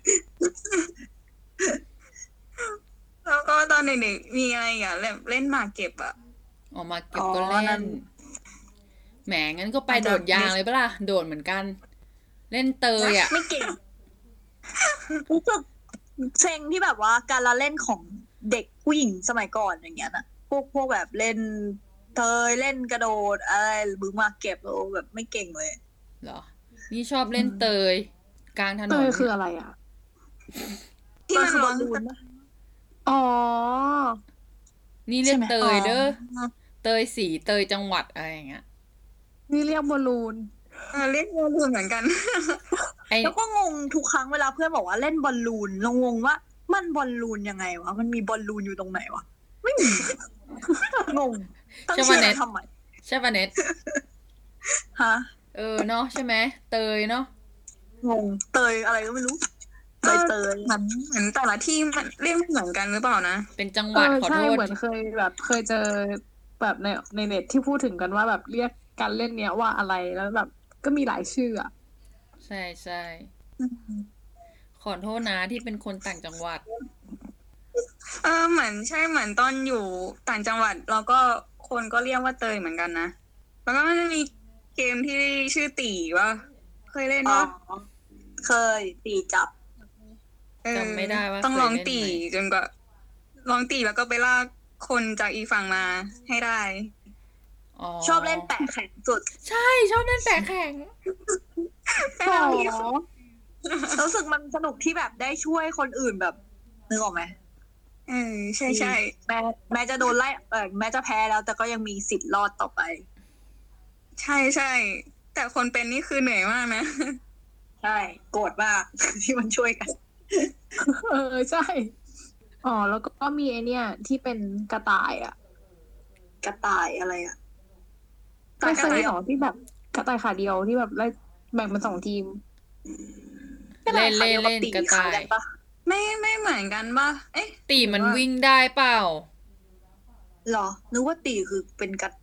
แล้วก็ตอนเด็กๆมีอะไรอีกอะเล่นหมากเก็บอะออกมาเก็บก็อ๋อนั่เล่นน แหมงั้นก็ไปโดดยางเลยปะล่ะ โดดเหมือนกัน เล่นเตยอ่ะไม่เก่ง รู้สึกเซ็งที่แบบว่าการละเล่นของเด็กผู้หญิงสมัยก่อนอย่างเงี้ยนะพวกแบบเล่นเตยเล่นกระโดดอะไรหรือมาเก็บโอ้แบบไม่เก่งเลยเหรอ นี่ชอบเล่นเตย กลางถนเตนยคืออะไรอะที่มันร้องคือบอลลูนปะอ๋อนี่เล่นเตยเด้ออ๋อเตยสีเตยจังหวัดอะไรอย่างเงี้ยนี่เรียกบอลลูนเล่นบอลลูนเหมือนกันไอแล้วก็งงทุกครั้งเวลาเพื่อนบอกว่าเล่นบอลลูนเรางงว่ามันบอลลูนยังไงวะมันมีบอลลูนอยู่ตรงไหนวะไม่มี งงตั้งชื่ออะไรทำไมใช่ปะเน็ตฮะเนาะใช่ไหมเตยเนาะงงเตยอะไรก็ไม่รู้เตยเหมือนแต่ละที่มันเรียกไม่เหมือนกันหรือเปล่านะเป็นจังหวัดขอใช่โทษเหมือนเคยเจอแบบในเน็ตที่พูดถึงกันว่าแบบเรียกการเล่นเนี้ยว่าอะไรแล้วแบบก็มีหลายชื่ออะใช่ใช่ขอโทษนะที่เป็นคนต่างจังหวัดเหมือนตอนอยู่ต่างจังหวัดเราก็คนก็เรียกว่าเตยเหมือนกันนะ แล้วก็มันจะมีเกมที่ชื่อตีว่าเคยเล่นอ๋อว่าเคยตีจับจำไม่ได้ว่าต้องเคยลองเล่นไหมตีจนกว่าลองตีแล้วก็ไปลากคนจากอีกฝั่งมาให้ได้ชอบเล่นแปะแข็งสุดใช่ชอบเล่นแปะแข็งอ๋อรู้สึกมันสนุกที่แบบได้ช่วยคนอื่นแบบนึกออกไหมใช่ใช่แม้จะโดนไล่แม้จะแพ้แล้ว แต่ก็ยังมีสิทธิ์รอดต่อไปใช่ใช่แต่คนเป็นนี่คือเหนื่อยมากนะใช่โกรธมาก ที่มันช่วยกันใช่อ๋อแล้วก็มีไอเนี้ยที่เป็นกระต่ายอะกระต่ายอะไรอ่ะไม่เคยหรอที่แบบกระต่ายขาเดียวที่แบบไล่แบ่งเป็น2 ทีมเล่นกระต่ายกันปะไม่เหมือนกันป่ะเอ๊ะตีมันวิ่งได้เปล่าหรอนึกว่าตีคือเป็น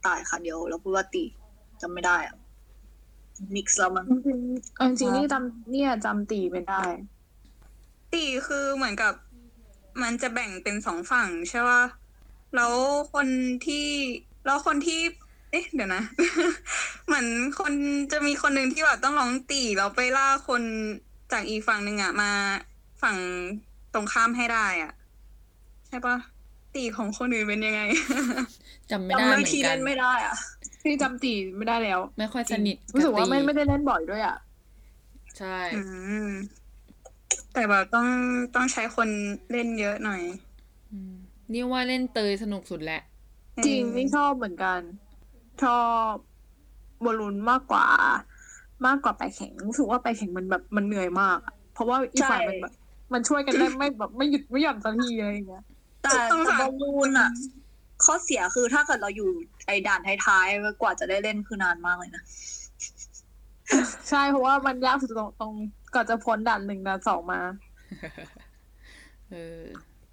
ตายค่ะเดียวแล้วพูดว่าตีจำไม่ได้อะมิกซ์แล้วมั้งจริงๆนี่จำตีไม่ได้ตีคือเหมือนกับมันจะแบ่งเป็นสองฝั่งใช่ป่ะแล้วคนที่แล้วคนที่ เอ๊ะเดี๋ยวนะ เหมือนคนจะมีคนหนึ่งที่แบบต้องร้องตีแล้วไปล่าคนจากอีกฝั่งหนึ่งอ่ะมาฝั่งตรงข้ามให้ได้อ่ะ ใช่ป่ะตีของคนอื่นเป็นยังไงจำไม่ได้จำเหเรื่องมือที่นกัเล่นนไม่ได้อ่ะที่จำตีไม่ได้แล้วไม่ค่อยสนิทรู้สึกว่าบตีไม่ได้เล่นบ่อยด้วยอ่ะใช่อืมแต่แบบต้องใช้คนเล่นเยอะหน่อยอืมนี่ว่าเล่นเตยสนุกสุดแหละจริงนี่ชอบเหมือนกัน ชอบบอลลูนมากกว่าไปแข่งรู้สึกว่าไปแข่งมันแบบมันเหนื่อยมากอะเพราะว่าอีกฝ่ายมันแบบมันช่วยกันได้ไม่แบบไม่หยุดไม่หย่อนสักทีอะไรอย่างเงี้ยแต่บอลลูนอ่ะ ข้อเสียคือถ้าเกิดเราอยู่ไอ้ด่านท้ายๆกว่าจะได้เล่นคือนานมากเลยนะใช่เพราะว่ามันยากสุดตรงก่อนจะพ้นด่าน1ด่าน2มาเออ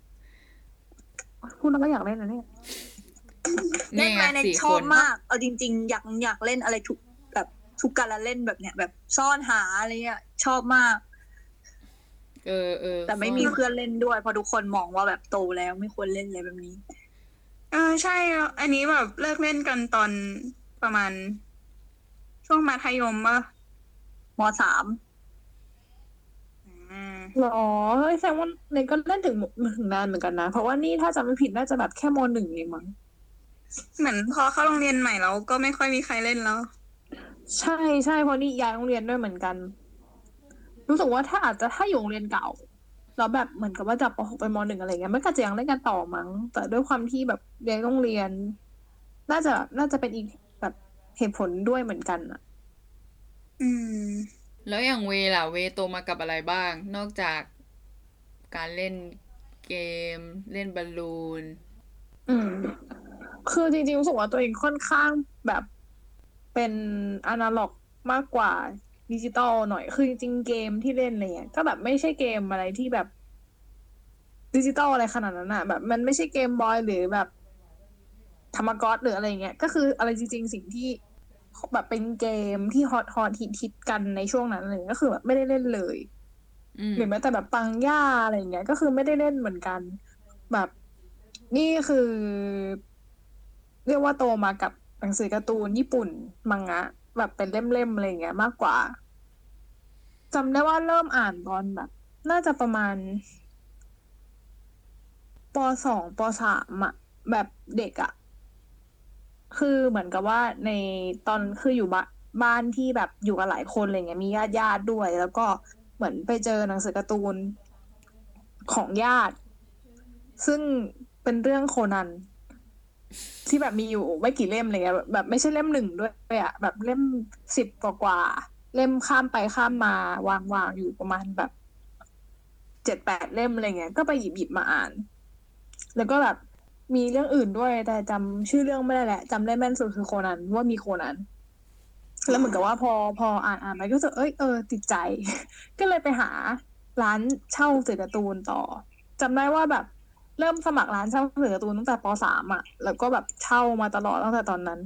พูดแล้วก็อยากเล่นนะเนี่ยเล่นี่นไงไหมในสี่ชคอบนมาก เอาจริง ๆ อยากเล่นอะไรทุกแบบทุกการละเล่นแบบเนี้ยแบบซ่อนหาอะไรเงี้ยชอบมากเออแต่ไม่มีเพื่อนเล่นด้วยเพราะทุกคนมองว่าแบบโตแล้วไม่ควรเล่นอะไรแบบนี้ใช่อันนี้แบบเลิกเล่นกันตอนประมาณ ช่วงมัธยมป่ะม.3 อืมหรอเฮ้ยแสดงว่าเนยก็เล่นถึงนานเหมือนกันนะ เพราะว่านี่ถ้าจำไม่ผิดน่าจะแบบแค่ม.1เองมั้งเหมือนพอเข้าโรงเรียนใหม่แล้วก็ไม่ค่อยมีใครเล่นแล้วใช่เพราะนี่ย้ายโรงเรียนด้วยเหมือนกัน รู้สึกว่าถ้าอยู่โรงเรียนเก่าแล้วแบบเหมือนกับว่าจากป .6 ไปม .1 อะไรเงี้ยมันก็จะยังเล่นกันต่อมั้ง แต่ด้วยความที่แบบเรียนโรงเรียน น่าจะเป็นอีกแบบเหตุผลด้วยเหมือนกันอะอืมแล้วอย่างเวล่ะ เวโตมากับอะไรบ้าง นอกจากการเล่นเกม เล่นบอลลูนอืม คือจริงๆรู้สึกว่าตัวเองค่อนข้างแบบเป็นอนาล็อกมากกว่าดิจิตอลหน่อย คือจริงๆเกมที่เล่นอะไรเงี้ยก็แบบไม่ใช่เกมอะไรที่แบบดิจิตอลอะไรขนาดนั้นอะแบบมันไม่ใช่เกมบอยหรือแบบธรรมก๊อตหรืออะไรเงี้ยก็คืออะไรจริงๆสิ่งที่แบบเป็นเกมที่ฮอตฮิตกันในช่วงนั้นเลยก็คือแบบไม่ได้เล่นเลยอืมหรือแม้แต่แบบปังย่าอะไรเงี้ยก็คือไม่ได้เล่นเหมือนกัน แบบนี่คือ เรียกว่าโตมากับหนังสือการ์ตูนญี่ปุ่นมังงะ แบบเป็นเล่มๆอะไรเงี้ยมากกว่าจำได้ว่าเริ่มอ่านตอนแบบ น่าจะประมาณป.2ป.3อะแบบเด็กอะคือเหมือนกับว่าในตอนคืออยู่บ้านที่แบบอยู่กันหลายคนอะไรเงี้ยมีญาติด้วย แล้วก็เหมือนไปเจอหนังสือการ์ตูนของญาติ ซึ่งเป็นเรื่องโคนัน ที่แบบมีอยู่ไม่กี่เล่มอะไรเงี้ยแบบไม่ใช่เล่ม1ด้วยอะแบบเล่ม10กว่าเล่มข้ามไปข้ามมาวางอยู่ประมาณแบบ7-8 เล่มอะไรเงี้ยก็ไปหยิบมาอ่าน แล้วก็แบบมีเรื่องอื่นด้วยแต่จำชื่อเรื่องไม่ได้แหละจำได้แม่นสุดคือโคนันว่ามีโคนันแล้วเหมือนกับว่าพออ่านไปก็รู้สึกติดใจ ก็เลยไปหาร้านเช่าหนังสือการ์ตูนต่อจำได้ว่าแบบเริ่มสมัครร้านเช่าหนังสือการ์ตูนตั้งแต่ป.3อะแล้วก็แบบเช่ามาตลอดตั้งแต่ตอนนั้น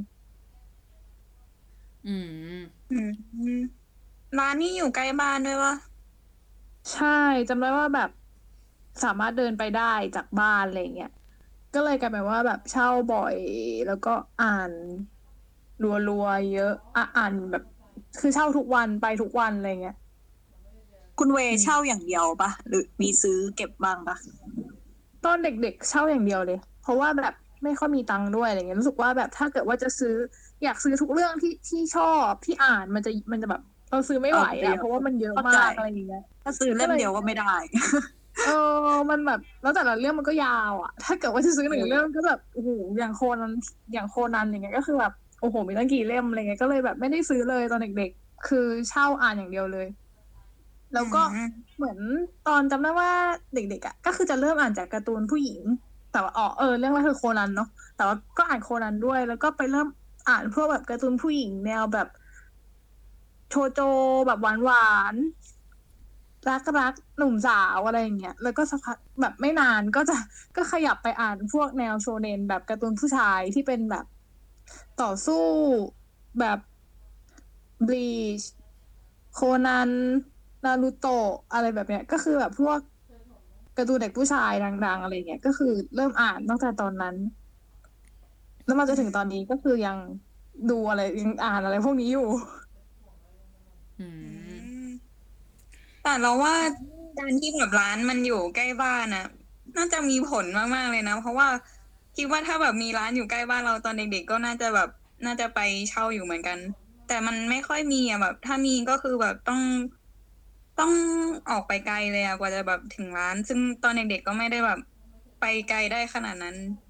อืมอืม ร้านนี้อยู่ใกล้บ้านด้วยวะใช่จำได้ว่าแบบสามารถเดินไปได้จากบ้านอะไรเงี้ยก็เลยกลายเป็นว่าแบบเช่าบ่อยแล้วก็อ่านรัวๆเยอะอ่านแบบคือเช่าทุกวันไปทุกวันอะไรเงี้ยคุณเวเช่าอย่างเดียวปะหรือมีซื้อเก็บบ้างปะตอนเด็กๆเช่าอย่างเดียวเลย เพราะว่าแบบไม่ค่อยมีตังค์ด้วยอะไรเงี้ยรู้สึกว่าแบบถ้าเกิดว่าจะซื้ออยากซื้อทุกเรื่องที่ชอบที่อ่านมันจะแบบเราซื้อไม่ไหวอะเพราะว่ามันเยอะมากอะไรอย่างเงี้ยถ้าซื้อเล่มเดียวก็ไม่ได้มันแบบแล้วแต่ละเรื่องมันก็ยาวอ่ะ ถ้าเกิดว่าจะซื้อ1 เรื่องก็แบบโอ้โหอย่างโคนันอย่างเงี้ยก็คือแบบโอ้โหมีตั้งกี่เล่มอะไรเงี้ยก็เลยแบบไม่ได้ซื้อเลยตอนเด็กๆคือเช่าอ่านอย่างเดียวเลย แล้วก็อืมเหมือนตอนจำได้ว่าเด็กๆอ่ะก็คือจะเริ่มอ่านจากการ์ตูนผู้หญิง แต่ว่าเรื่องแรกคือโคนันเนาะแต่ว่าก็อ่านโคนันด้วย แล้วก็ไปเริ่มอ่านพวกแบบการ์ตูนผู้หญิงแนวแบบโชโจแบบหวานๆรักหนุ่มสาวอะไรอย่างเงี้ยแล้วก็สักพักแบบไม่นานก็ขยับไปอ่านพวกแนวโชเนนแบบการ์ตูนผู้ชายที่เป็นแบบต่อสู้แบบบลีชโคนันนารูโตะอะไรแบบเนี้ยก็คือแบบพวกการ์ตูนเด็กผู้ชายดังๆอะไรเงี้ยก็คือเริ่มอ่านตั้งแต่ตอนนั้น แล้วมาจนถึงตอนนี้ก็คือยังดูอะไรยังอ่านอะไรพวกนี้อยู่อืมแต่เราว่าการที่แบบร้านมันอยู่ใกล้บ้านน่ะ น่าจะมีผลมากๆเลยนะ เพราะว่าคิดว่าถ้าแบบมีร้านอยู่ใกล้บ้านเราตอนเด็กๆก็น่าจะแบบน่าจะไปเช่าอยู่เหมือนกัน แต่มันไม่ค่อยมีอ่ะแบบ ถ้ามีก็คือแบบต้องออกไปไกลเลยอ่ะกว่าจะแบบถึงร้าน ซึ่งตอนเด็กๆก็ไม่ได้แบบไปไกลได้ขนาดนั้น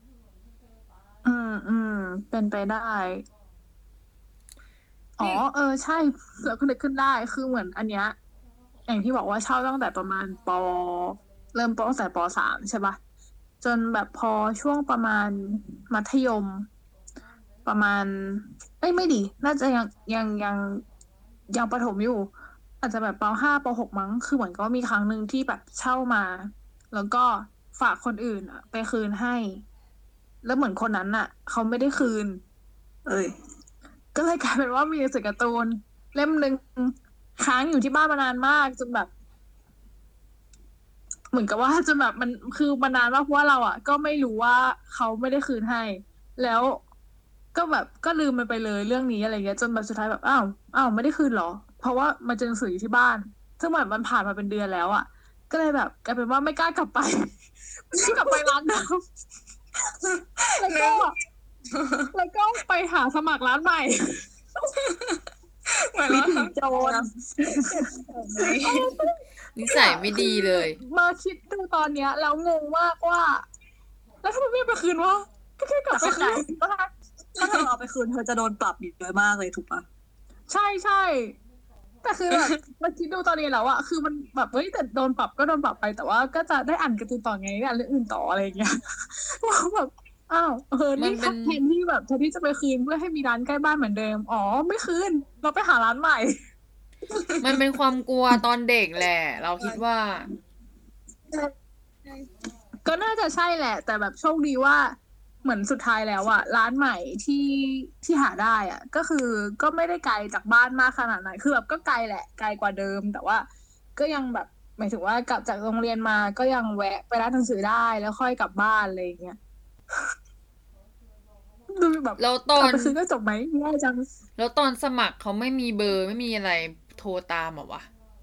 เป็นไปได้ อ๋อ ใช่ แล้วก็นึกขึ้นได้ คือเหมือนอันเนี้ย อย่างที่บอกว่าเช่าตั้งแต่ประมาณเริ่มตั้งแต่ป.3ใช่ปะจนแบบพอช่วงประมาณมัธยม ประมาณ ไม่ดี น่าจะยังประถมอยู่ อาจจะแบบป.5ป.6มั้ง คือเหมือนก็มีครั้งหนึ่งที่แบบเช่ามา แล้วก็ฝากคนอื่นอะไปคืนให้ แล้วเหมือนคนนั้นอะเขาไม่ได้คืนเอ้ยก็เลยกลายเป็นว่ามีหนังสือการ์ตูนเล่มหนึ่งค้างอยู่ที่บ้านมานานมากจนแบบ เหมือนกับว่าจนแบบมันคือมานานมากเพราะว่าเราอ่ะก็ไม่รู้ว่าเขาไม่ได้คืนให้ แล้วก็แบบก็ลืมมันไปเลยเรื่องนี้อะไรเงี้ยจนแบบสุดท้ายแบบอ้าวไม่ได้คืนเหรอ เพราะว่ามันเจอหนังสืออยู่ที่บ้าน ซึ่งเหมือนมันผ่านมาเป็นเดือนแล้วอ่ะก็เลยแบบกลายเป็นว่าไม่กล้ากลับไป ไม่กล้ากลับไปร้านเดิมแล้วก็ไปหาสมัครร้านใหม่เหมือนเราทำโจรนิสัยไม่ดีเลยมาคิดดูตอนเนี้ยแล้วงงมากว่า แล้วทำไมไม่ไปคืนวะก็แค่กลับไปเข้าใจคืนถ้าเธอเอาไปคืนเธอจะโดนปรับอีกเยอะมากเลยถูกปะใช่แต่คือแบบ มาคิดดูตอนนี้แล้วอะคือมันแบบเฮ้ยแต่โดนปรับก็โดนปรับไปแต่ว่าก็จะได้อ่านการ์ตูนต่อไงได้อ่านเรื่องอื่นต่ออะไรอย่างเงี้ย ว่าแบบอ้าวมันนี่เป็นแทนที่แบบแทนที่จะไปคืนเพื่อให้มีร้านใกล้บ้านเหมือนเดิมอ๋อไม่คืนเราไปหาร้านใหม่มันเป็นความกลัวตอนเด็กแหละ เราคิดว่าก็น่าจะใช่แหละ แต่แบบโชคดีว่าเหมือนสุดท้ายแล้วอะร้านใหม่ที่หาได้อะก็คือก็ไม่ได้ไกลจากบ้านมากขนาดนั้นคือแบบก็ไกลแหละไกลกว่าเดิม แต่ว่าก็ยังแบบหมายถึงว่ากลับจากโรงเรียนมาก็ยังแวะไปร้านหนังสือได้แล้วค่อยกลับบ้านอะไรอย่างเงี้ยดูแบบแล้วตกอลับนไปคืนก็จบไหมง่ายจังแล้วตอนสมัครเขาไม่มีเบอร์ไม่มีอะไรโทรตามเหรอวะ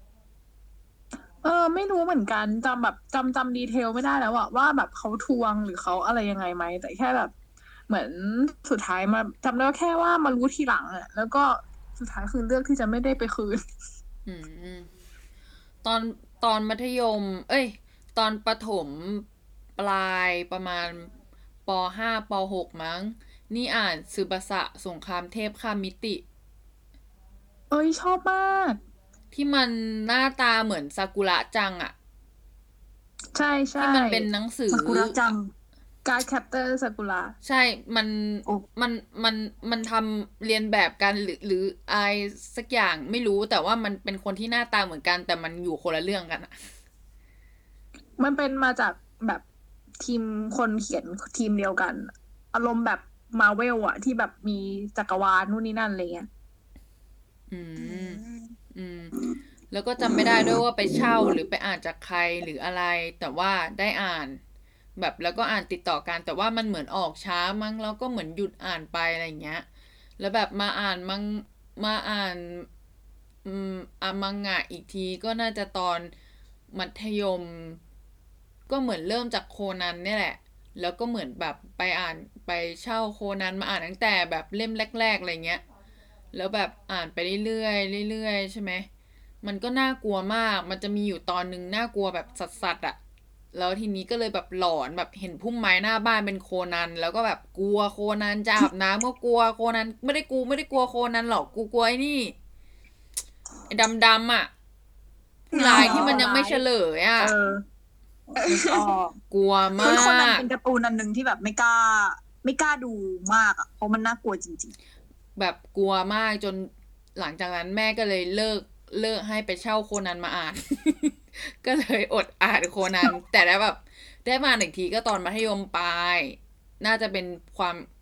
ไม่รู้เหมือนกันจำแบบจำดีเทลไม่ได้แล้วอะว่าแบบเขาทวงหรือเขาอะไรยังไงไหมแต่แค่แบบ เหมือนสุดท้ายมาจำได้ว่าแค่ว่ามารู้ทีหลังอะแล้วก็สุดท้ายคือเลือกที่จะไม่ได้ไปคืนอืม ตอนตอนมัธยม เอ้ย ตอนประถมปลายประมาณป.5ป.6มั้ง นี่อ่านซึบาสะสงครามเทพข้ามมิติชอบมากที่มันหน้าตาเหมือนซากุระจังอะใช่ใช่ที่มันเป็นหนังสือซากุระจังการ์ดแคปเตอร์ซากุระใช่ มันโอ้มันทำเรียนแบบกันหรืออะไรสักอย่างไม่รู้ แต่ว่ามันเป็นคนที่หน้าตาเหมือนกัน แต่มันอยู่คนละเรื่องกันอะมันเป็นมาจากแบบทีมคนเขียนทีมเดียวกัน อารมณ์แบบมาเวลอะที่แบบมีจักรวาลนู่นนี่นั่นอะไรเงี้ยอืม อืม แล้วก็จำไม่ได้ด้วยว่าไปเช่าหรือไปอ่านจากใครหรืออะไร แต่ว่าได้อ่าน แบบแล้วก็อ่านติดต่อกัน แต่ว่ามันเหมือนออกช้ามั้งแล้วก็เหมือนหยุดอ่านไปอะไรเงี้ย แล้วแบบมาอ่านมังงะอีกทีก็น่าจะตอนมัธยม ก็เหมือนเริ่มจากโคนันเนี่ยแหละ แล้วก็เหมือนแบบไปอ่านไปเช่าโคนันมาอ่านตั้งแต่แบบเล่มแรกๆอะไรเงี้ย แล้วแบบอ่านไปเรื่อยๆเรื่อยๆใช่ไหม มันก็น่ากลัวมาก มันจะมีอยู่ตอนนึงน่ากลัวแบบสัสๆอะแล้วทีนี้ก็เลยแบบหลอนแบบเห็นพุ่มไม้หน้าบ้านเป็นโคนัน แล้วก็แบบกลัวโคนันจะอาบน้ำก็กลัวโคนันไม่ได้กลัวโคนันหรอกกูกลัวไอ้นี่ไอ้ดำๆอะผู้ร้ายที่มันยังไม่เฉลยอะเออนึกออกกลัวมาคือคนนั้นกเป็นการ์ตูนอันหนึ่งที่แบบไม่กล้าดูมากอ่ะเพราะมันน่ากลัวจริงแบบกลัวมากจนหลังจากนั้นแม่ก็เลยเลิกให้ไปเช่าโคนันมาอ่าน ก็เลยอดอ่านโคนัน แต่ได้แบบได้มาหนึ่งทีก็ตอนมัธยมปลาย น่าจะเป็นความ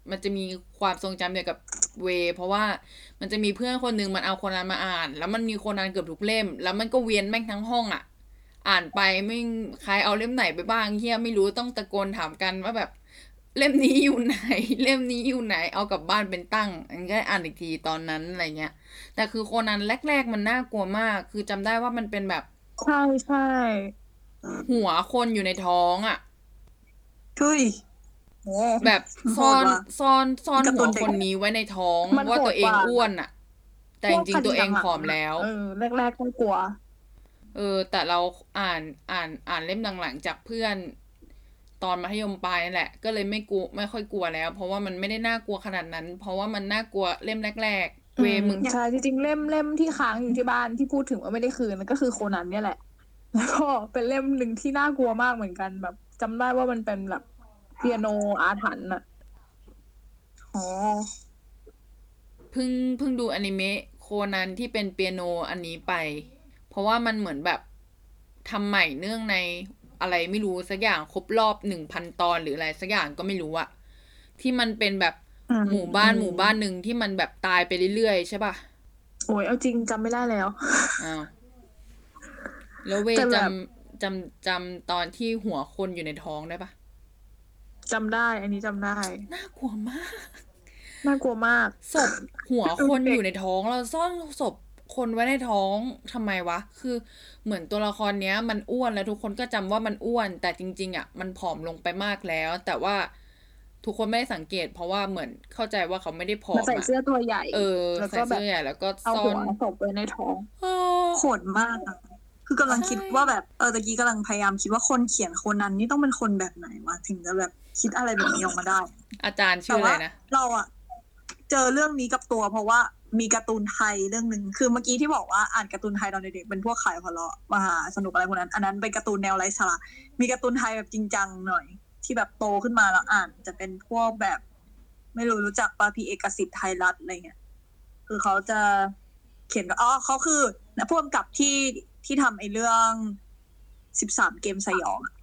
มันจะมีความทรงจำเดียวกับเวย์เพราะว่ามันจะมีเพื่อนคนหนึงมันเอาโคนันมาอ่าน แล้วมันมีโคนันเกือบทุกเล่ม แล้วมันก็เวียนแม่งทั้งห้องอ่ะ อ่านไปไม่ใครเอาเล่มไหนไปบ้างเฮียไม่รู้ต้องตะโกนถามกันว่าแบบ เล่มนี้อยู่ไหน เล่มนี้อยู่ไหน เอากลับบ้านเป็นตั้งอันนี้ก็อ่านอีกทีตอนนั้นอะไรเงี้ย แต่คือโคนันแรกๆมันน่ากลัวมาก คือจำได้ว่ามันเป็นแบบใช่ใช่หัวคนอยู่ในท้องอ่ะเฮ้ยโอ้แบบซ่อนโหดว่ะซ่อนการ์ตูหัวนเด็กคนนี้ไว้ในท้องมันว่าโหดตัวเองกว่าอ้วนอ่ะ แต่จริงๆตัวเองผอมแล้วแรกๆก็กลัวแต่เราอ่านเล่มหลังๆจากเพื่อนตอนมัธยมปลายนั่นแหละ ก็เลยไม่ค่อยกลัวแล้ว เพราะว่ามันไม่ได้น่ากลัวขนาดนั้น เพราะว่ามันน่ากลัวเล่มแรกๆ เวมึงใช่จริงๆเล่มที่ค้างอยู่ที่บ้านที่พูดถึงว่าไม่ได้คืนนั่นก็คือโคนันเนี่ยแหละ แล้วก็เป็นเล่มหนึ่งที่น่ากลัวมากเหมือนกันแบบจำได้ว่ามันเป็นแบบเปียโนอาถรรพ์อะอ๋อเพิ่งดูอนิเมะโคนันที่เป็นเปียโนอันนี้ไป เพราะว่ามันเหมือนแบบทำใหม่เนื่องในอะไรไม่รู้สักอย่างครบรอบ 1,000 ตอนหรืออะไรสักอย่างก็ไม่รู้อะที่มันเป็นแบบหมู่บ้านหนึ่งที่มันแบบตายไปเรื่อยๆใช่ป่ะโอ้ยเอาจริงจำไม่ได้แล้วอ้าวแล้วเวแต่จแบบจำตอนที่หัวคนอยู่ในท้องได้ปะจำได้อันนี้จำได้น่ากลัวมากน่ากลัวมากศพหัวคนอยู่ในท้องเราซ่อนศพคนไว้ในท้องทำไมวะ คือเหมือนตัวละครเนี้ย มันอ้วนแล้วทุกคนก็จำว่ามันอ้วน แต่จริงๆอ่ะมันผอมลงไปมากแล้ว แต่ว่าทุกคนไม่ได้สังเกต เพราะว่าเหมือนเข้าใจว่าเขาไม่ได้ผอมาม ใส่อ่ะเสื้อตัวใหญ่ แล้วใส่ก็แบบเสื้อใหญ่แล้วก็เอาซ่อหัวน ศพไว้ในท้องเออโหดมากอะคือกำลังคิดใช่ว่าแบบตะกี้กำลังพยายามคิดว่าคนเขียนโคนันนี่ต้องเป็นคนแบบไหนวะถึงจะแบบคิดอะไรแบบนี้ออกมาได้อาจารย์ชื่แต่ออะไรว่านะเราอะเจอเรื่องนี้กับตัวเพราะว่ามีการ์ตูนไทยเรื่องหนึ่งคือเมื่อกี้ที่บอกว่าอ่านการ์ตูนไทยตอนเด็กๆเป็นพวกขายหัวเราะมหาสนุกอะไรพวกนั้น อันนั้นเป็นการ์ตูนแนวไร้สาระมีการ์ตูนไทยแบบจริงจังหน่อย ที่แบบโตขึ้นมาแล้วอ่านจะเป็นพวกแบบ ไม่รู้จักปะพี่เอกสิทธิ์ไทยรัฐอะไรเงี้ยคือเขาจะเขียนเขาคือผู้กำกับที่ทำไอ้เรื่อง13 เกมสยองอะ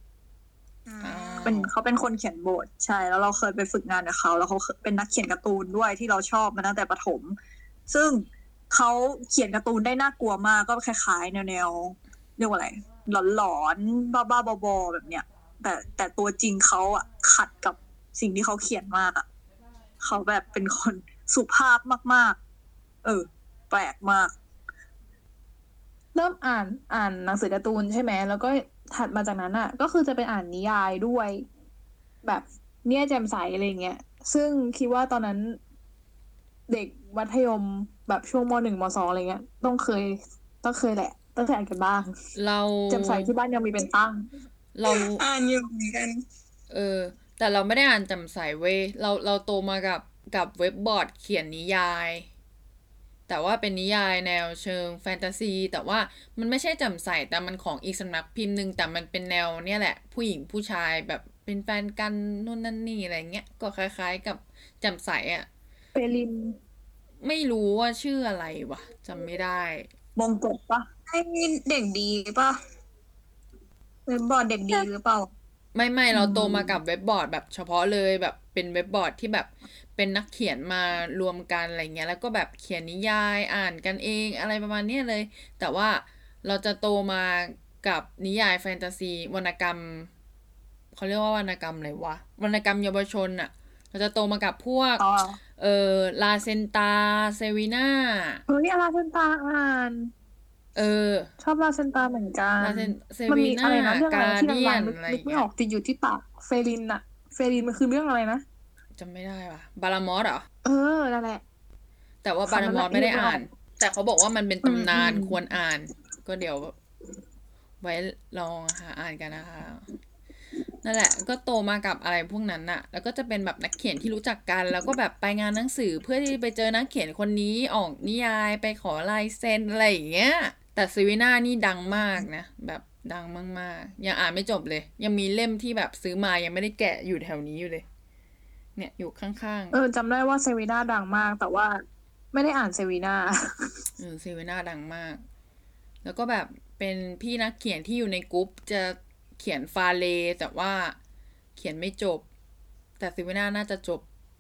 เขาเป็นคนเขียนบทใช่ แล้วเราเคยไปฝึกงานกับเขาแล้วเขาเป็นนักเขียนการ์ตูนด้วยที่เราชอบมาตั้งแต่ประถม ซึ่งเขาเขียนการ์ตูนได้น่ากลัวมากก็คล้ายๆแนวเรียกว่าอะไรหลอนๆบ้าๆบอๆแบบเนี้ยแต่ตัวจริงเขาอะขัดกับสิ่งที่เขาเขียนมากอะเขาแบบเป็นคนสุภาพมากๆแปลกมากเริ่มอ่านหนังสือการ์ตูนใช่ไหมแล้วก็ถัดมาจากนั้นอ่ะ ก็คือจะเป็นอ่านนิยายด้วย แบบเนี่ยแจ่มใสอะไรเงี้ยซึ่งคิดว่าตอนนั้นเด็กมัธยมแบบช่วงม .1 ม .2 อะไรเงี้ยต้องเคยแหละต้องเคยอ่านกันบ้างเราแจ่มใสที่บ้านยังมีเป็นตั้งเราอ่านอยู่เหมือนกันแต่เราไม่ได้อ่านแจ่มใสเว้ยเราโตมากับเว็บบอร์ดเขียนนิยาย แต่ว่าเป็นนิยายแนวเชิงแฟนตาซี แต่ว่ามันไม่ใช่แจ่มใสแต่มันของอีกสำนักพิมพ์หนึ่งแต่มันเป็นแนวเนี่ยแหละ ผู้หญิงผู้ชายแบบเป็นแฟนกันนู่นนั่นนี่อะไรเงี้ยก็คล้ายๆกับแจ่มใสอ่ะเฟลินไม่รู้ว่าชื่ออะไรวะจำไม่ได้บงกฎปะให้เด็กดีป่ะเว็บบอร์ดเด็กดีหรือเปล่าไม่เราโตมากับเว็บบอร์ดแบบเฉพาะเลยแบบเป็นเว็บบอร์ดที่แบบเป็นนักเขียนมารวมกันอะไรเงี้ยแล้วก็แบบเขียนนิยายอ่านกันเองอะไรประมาณเนี้ยเลย แต่ว่าเราจะโตมากับนิยายแฟนตาซีวรรณกรรมเขาเรียกว่าวรรณกรรมอะไรวะวรรณกรรมเยาวชนอะเราจะโตมากับพวกลาเซนตาเซวีนานี่ลาเซนตาอ่านชอบลาเซนตาเหมือนกันเซมันวีมีนาอะไรนะเรื่องกาอะไรที่เดียดังนๆอะไรนึกไม่เงี้อย อกติดอยู่ที่ปากเฟลินอะเฟลินมันคือเรื่องอะไรนะจำไม่ได้ว่ะบารามอสเหรอนั่นแหละแต่ว่าบารามอสไม่ได้อ่าน แต่เขาบอกว่ามันเป็นตำนานอืมควรอ่าน ก็เดี๋ยวไว้ลองหาอ่านกันนะคะ นั่นแหละ ก็โตมากับอะไรพวกนั้นน่ะ แล้วก็จะเป็นแบบนักเขียนที่รู้จักกัน แล้วก็แบบไปงานหนังสือเพื่อที่ไปเจอนักเขียนคนนี้ออกนิยายไปขอลายเซ็นอะไรอย่างเงี้ย แต่ซีวีน่านี่ดังมากนะ แบบดังมากๆ ยังอ่านไม่จบเลย ยังมีเล่มที่แบบซื้อมายังไม่ได้แกะอยู่แถวนี้อยู่เลย เนี่ยอยู่ข้างๆจำได้ว่าเซวีนาดังมาก แต่ว่าไม่ได้อ่านเซวีนาเซเวน่าดังมาก แล้วก็แบบเป็นพี่นักเขียนที่อยู่ในกรุ๊ปจะเขียนฟาเลแต่ว่าเขียนไม่จบ แต่เซเวน่าน่าจะจบ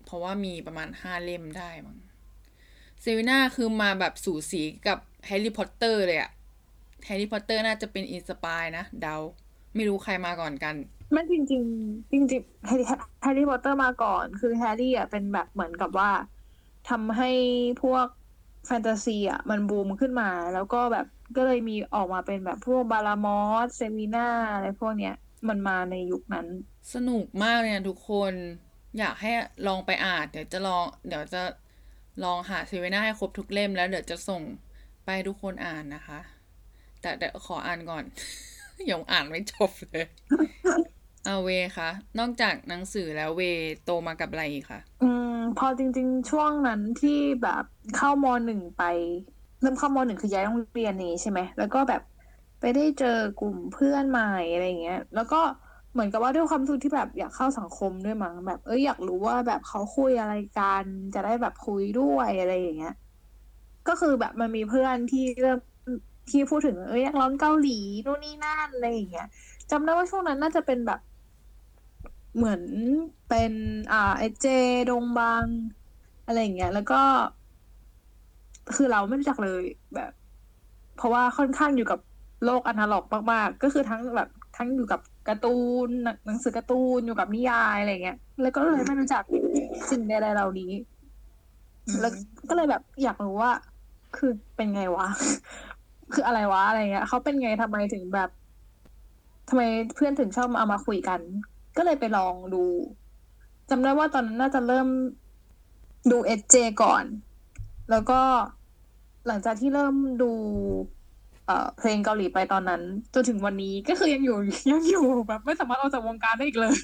เพราะว่ามีประมาณ5เล่มได้มั้งเซวิน่าคือมาแบบสูสีกับแฮร์รี่พอตเตอร์เลยอะแฮร์รี่พอตเตอร์น่าจะเป็นอินสปายนะเดาไม่รู้ใครมาก่อนกันไม่จริงๆจริงๆแฮร์รี่พอตเตอร์มาก่อนคือแฮร์รี่อ่ะเป็นแบบเหมือนกับว่าทำให้พวกแฟนตาซีอ่ะมันบูมขึ้นมา แล้วก็แบบก็เลยมีออกมาเป็นแบบพวกบารามอสเซมิน่าอะไรพวกเนี้ยมันมาในยุคนั้นสนุกมากเลยนะทุกคนอยากให้ลองไปอ่านเดี๋ยวจะลองหาเซเวน่าให้ครบทุกเล่มแล้วเดี๋ยวจะส่งไปให้ทุกคนอ่านนะคะ แต่เดี๋ยวขออ่านก่อน ยังอ่านไม่จบเลย เอาเวคะนอกจากหนังสือแล้วเวโตมากับอะไรอีกคะพอจริงๆช่วงนั้นที่แบบเข้ามหนึ่งไปเริ่มเข้ามหนึ่งคือย้ายโรงเรียนนี้ใช่ไหมแล้วก็แบบไปได้เจอกลุ่มเพื่อนใหม่อะไรเงี้ยแล้วก็เหมือนกับว่าด้วยความรู้สึกที่แบบอยากเข้าสังคมด้วยมั้งแบบอยากรู้ว่าแบบเขาคุยอะไรกันจะได้แบบคุยด้วยอะไรอย่างเงี้ยก็คือแบบมันมีเพื่อนที่เริ่มที่พูดถึงอยากร้องเกาหลีนู่นนี่นั่นอะไรอย่างเงี้ยจำได้ว่าช่วงนั้นน่าจะเป็นแบบ เหมือนเป็นไอเจดงบังอะไรอย่างเงี้ยแล้วก็คือเราไม่รู้จักเลยแบบ เพราะว่าค่อนข้างอยู่กับโลกอนาล็อกมากๆก็คือทั้งแบบทั้งอยู่กับการ์ตูนหนังสือการ์ตูนอยู่กับนิยายอะไรเงี้ยแล้วก็เลยไม่รู้จักสิ่งใดๆเหล่านี้ แล้วก็เลยแบบอยากรู้ว่า คือเป็นไงวะ คืออะไรวะอะไรเงี้ยเขาเป็นไงทำไมถึงแบบทำไมเพื่อนถึงชอบเอามาคุยกัน ก็เลยไปลองดูจำได้ว่าตอนนั้นน่าจะเริ่มดูเอเจก่อน แล้วก็หลังจากที่เริ่มดูเพลงเกาหลีไปตอนนั้นจนถึงวันนี้ก็คือยังอยู่ ยังอยู่แบบไม่สามารถออกจากวงการได้อีกเลย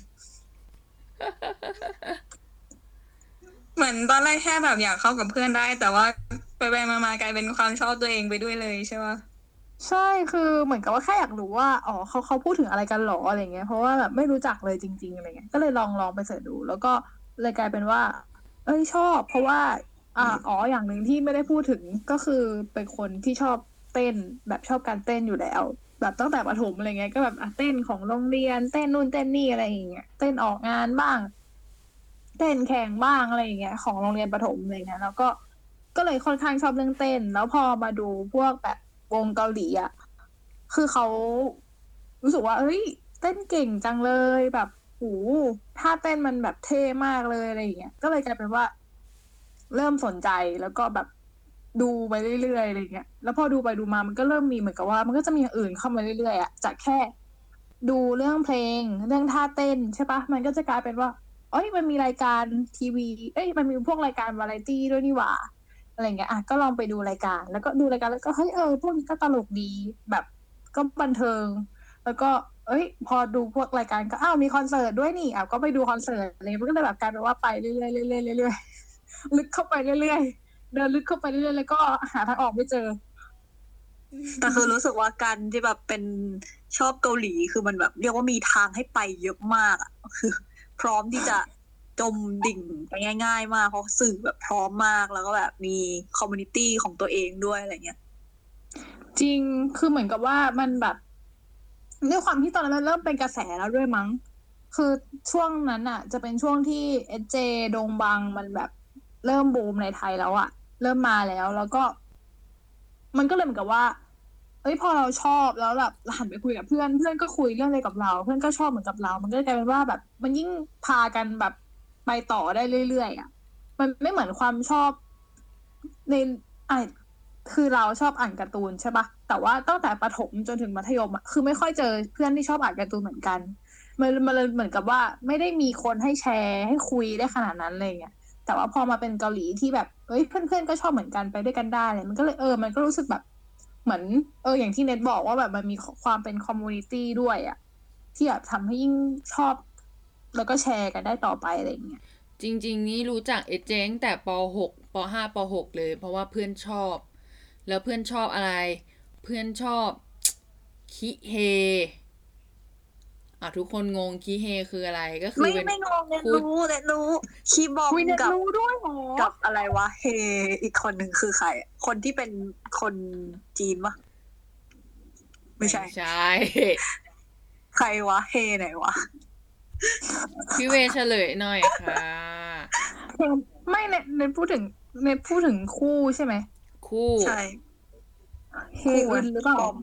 เหมือนตอนแรกแค่แบบอยากเข้ากับเพื่อนได้ แต่ว่าไปๆมาๆกลายเป็นความชอบตัวเองไปด้วยเลยใช่ปะใช่คือเหมือนกับว่าแค่อยากรู้ว่าอ๋อเขาพูดถึงอะไรกันหรออะไรเงี้ยเพราะว่าแบบไม่รู้จักเลยจริงๆอะไรเงี้ยก็เลยลองไปเสิร์ชดูแล้วก็เลยกลายเป็นว่า ชอบเพราะว่าอย่างหนึ่งที่ไม่ได้พูดถึงก็คือเป็นคนที่ชอบเต้นแบบชอบการเต้นอยู่แล้ว แบบตั้งแต่ประถมอะไรเงี้ยก็แบบเต้นของโรงเรียนเต้นนู่นเต้นนี่อะไรอย่างเงี้ยเต้นออกงานบ้างเต้นแข่งบ้างอะไรอย่างเงี้ยของโรงเรียนประถมอะไรเงี้ยแล้วก็เลยค่อนข้างชอบเรื่องเต้นแล้วพอมาดูพวกแบบวงเกาหลีอ่ะคือเขารู้สึกว่าเต้นเก่งจังเลยแบบโหท่าเต้นมันแบบเท่มากเลยอะไรอย่างเงี้ยก็เลยกลายเป็นว่า เริ่มสนใจแล้วก็แบบดูไปเรื่อยๆอะไรเงี้ยแล้วพอดูไปดูมามันก็เริ่มมีเหมือนกับว่ามันก็จะมีอย่างอื่นเข้ามาเรื่อยๆอ่ะจากแค่ดูเรื่องเพลงเรื่องท่าเต้นใช่ปะมันก็จะกลายเป็นว่ามันมีรายการทีวีมันมีพวกรายการวาไรตี้ด้วยนี่หว่าอะไรเงี้ยก็ลองไปดูรายการแล้วก็ดูรายการแล้วก็พวกนี้ก็ตลกดีแบบก็บันเทิงแล้วก็พอดูพวกรายการก็มีคอนเสิร์ตด้วยนี่ก็ไปดูคอนเสิร์ตอะไรมันก็เลยแบบกลายเป็นว่าไปเรื่อยๆเรื่อยๆเรื่อยๆ ลึกเข้าไปเรื่อยๆเดินลึกเข้าไปเรื่อยๆแล้วก็หาทางออกไม่เจอแต่คือรู้สึกว่าการที่แบบเป็นชอบเกาหลีคือมันแบบเรียกว่ามีทางให้ไปเยอะมากอ่ะคือพร้อมที่จะจมดิ่งไปง่ายๆมากเพราะสื่อแบบพร้อมมากแล้วก็แบบมีคอมมูนิตี้ของตัวเองด้วยอะไรเงี้ยจริงคือเหมือนกับว่ามันแบบด้วยความที่ตอนนั้นมันเริ่มเป็นกระแสแล้วด้วยมั้งคือช่วงนั้นอ่ะ จะเป็นช่วงที่เอเจดงบังมันแบบเริ่มบูมในไทยแล้วอ่ะเริ่มมาแล้วก็มันก็เลยเหมือนกับว่าพอเราชอบแล้วแบบหันไปคุยกับเพื่อนเพื่อนก็คุยเรื่องอะไรกับเรา เพื่อนก็ชอบเหมือนกับเรา มันก็กลายเป็นว่าแบบมันยิ่งพากันแบบไปต่อได้เรื่อยๆอ่ะมันไม่เหมือนความชอบในอ่ะคือเราชอบอ่านการ์ตูนใช่ปะแต่ว่าตั้งแต่ประถมจนถึงมัธยมอ่ะคือไม่ค่อยเจอเพื่อนที่ชอบอ่านการ์ตูนเหมือนกันมันเลยเหมือนกับว่าไม่ได้มีคนให้แชร์ให้คุยได้ขนาดนั้นเลยเนี่ยแต่ว่าพอมาเป็นเกาหลีที่แบบเพื่อนๆก็ชอบเหมือนกันไปด้วยกันได้เลยมันก็เลยมันก็รู้สึกแบบเหมือนอย่างที่เน็ตบอกว่าแบบมันมีความเป็นคอมมูนิตี้ด้วยอ่ะที่แบบทำให้ยิ่งชอบแล้วก็แชร์กันได้ต่อไปอะไรอย่างเงี้ยจริงๆนี่รู้จักเอเจงแต่ป .6 ป .5 ป .6 เลยเพราะว่าเพื่อนชอบแล้วเพื่อนชอบอะไรเพื่อนชอบคิเฮทุกคนงงคิเฮคืออะไรก็คือเป็นไม่งงเรียนพูดรู้คีย์บอมคุยเน็ตกับรู้ด้วยเหรอกับอะไรวะเฮอีกคนหนึ่งคือใครคนที่เป็นคนจีนปะไม่ใช่ใช่ใครวะเฮไหนวะพี่เวเฉลยหน่อยค่ะไม่เน้นพูดถึงคู่ใช่ไหมคู่ใช่เฮอึนหรือเปล่าบอม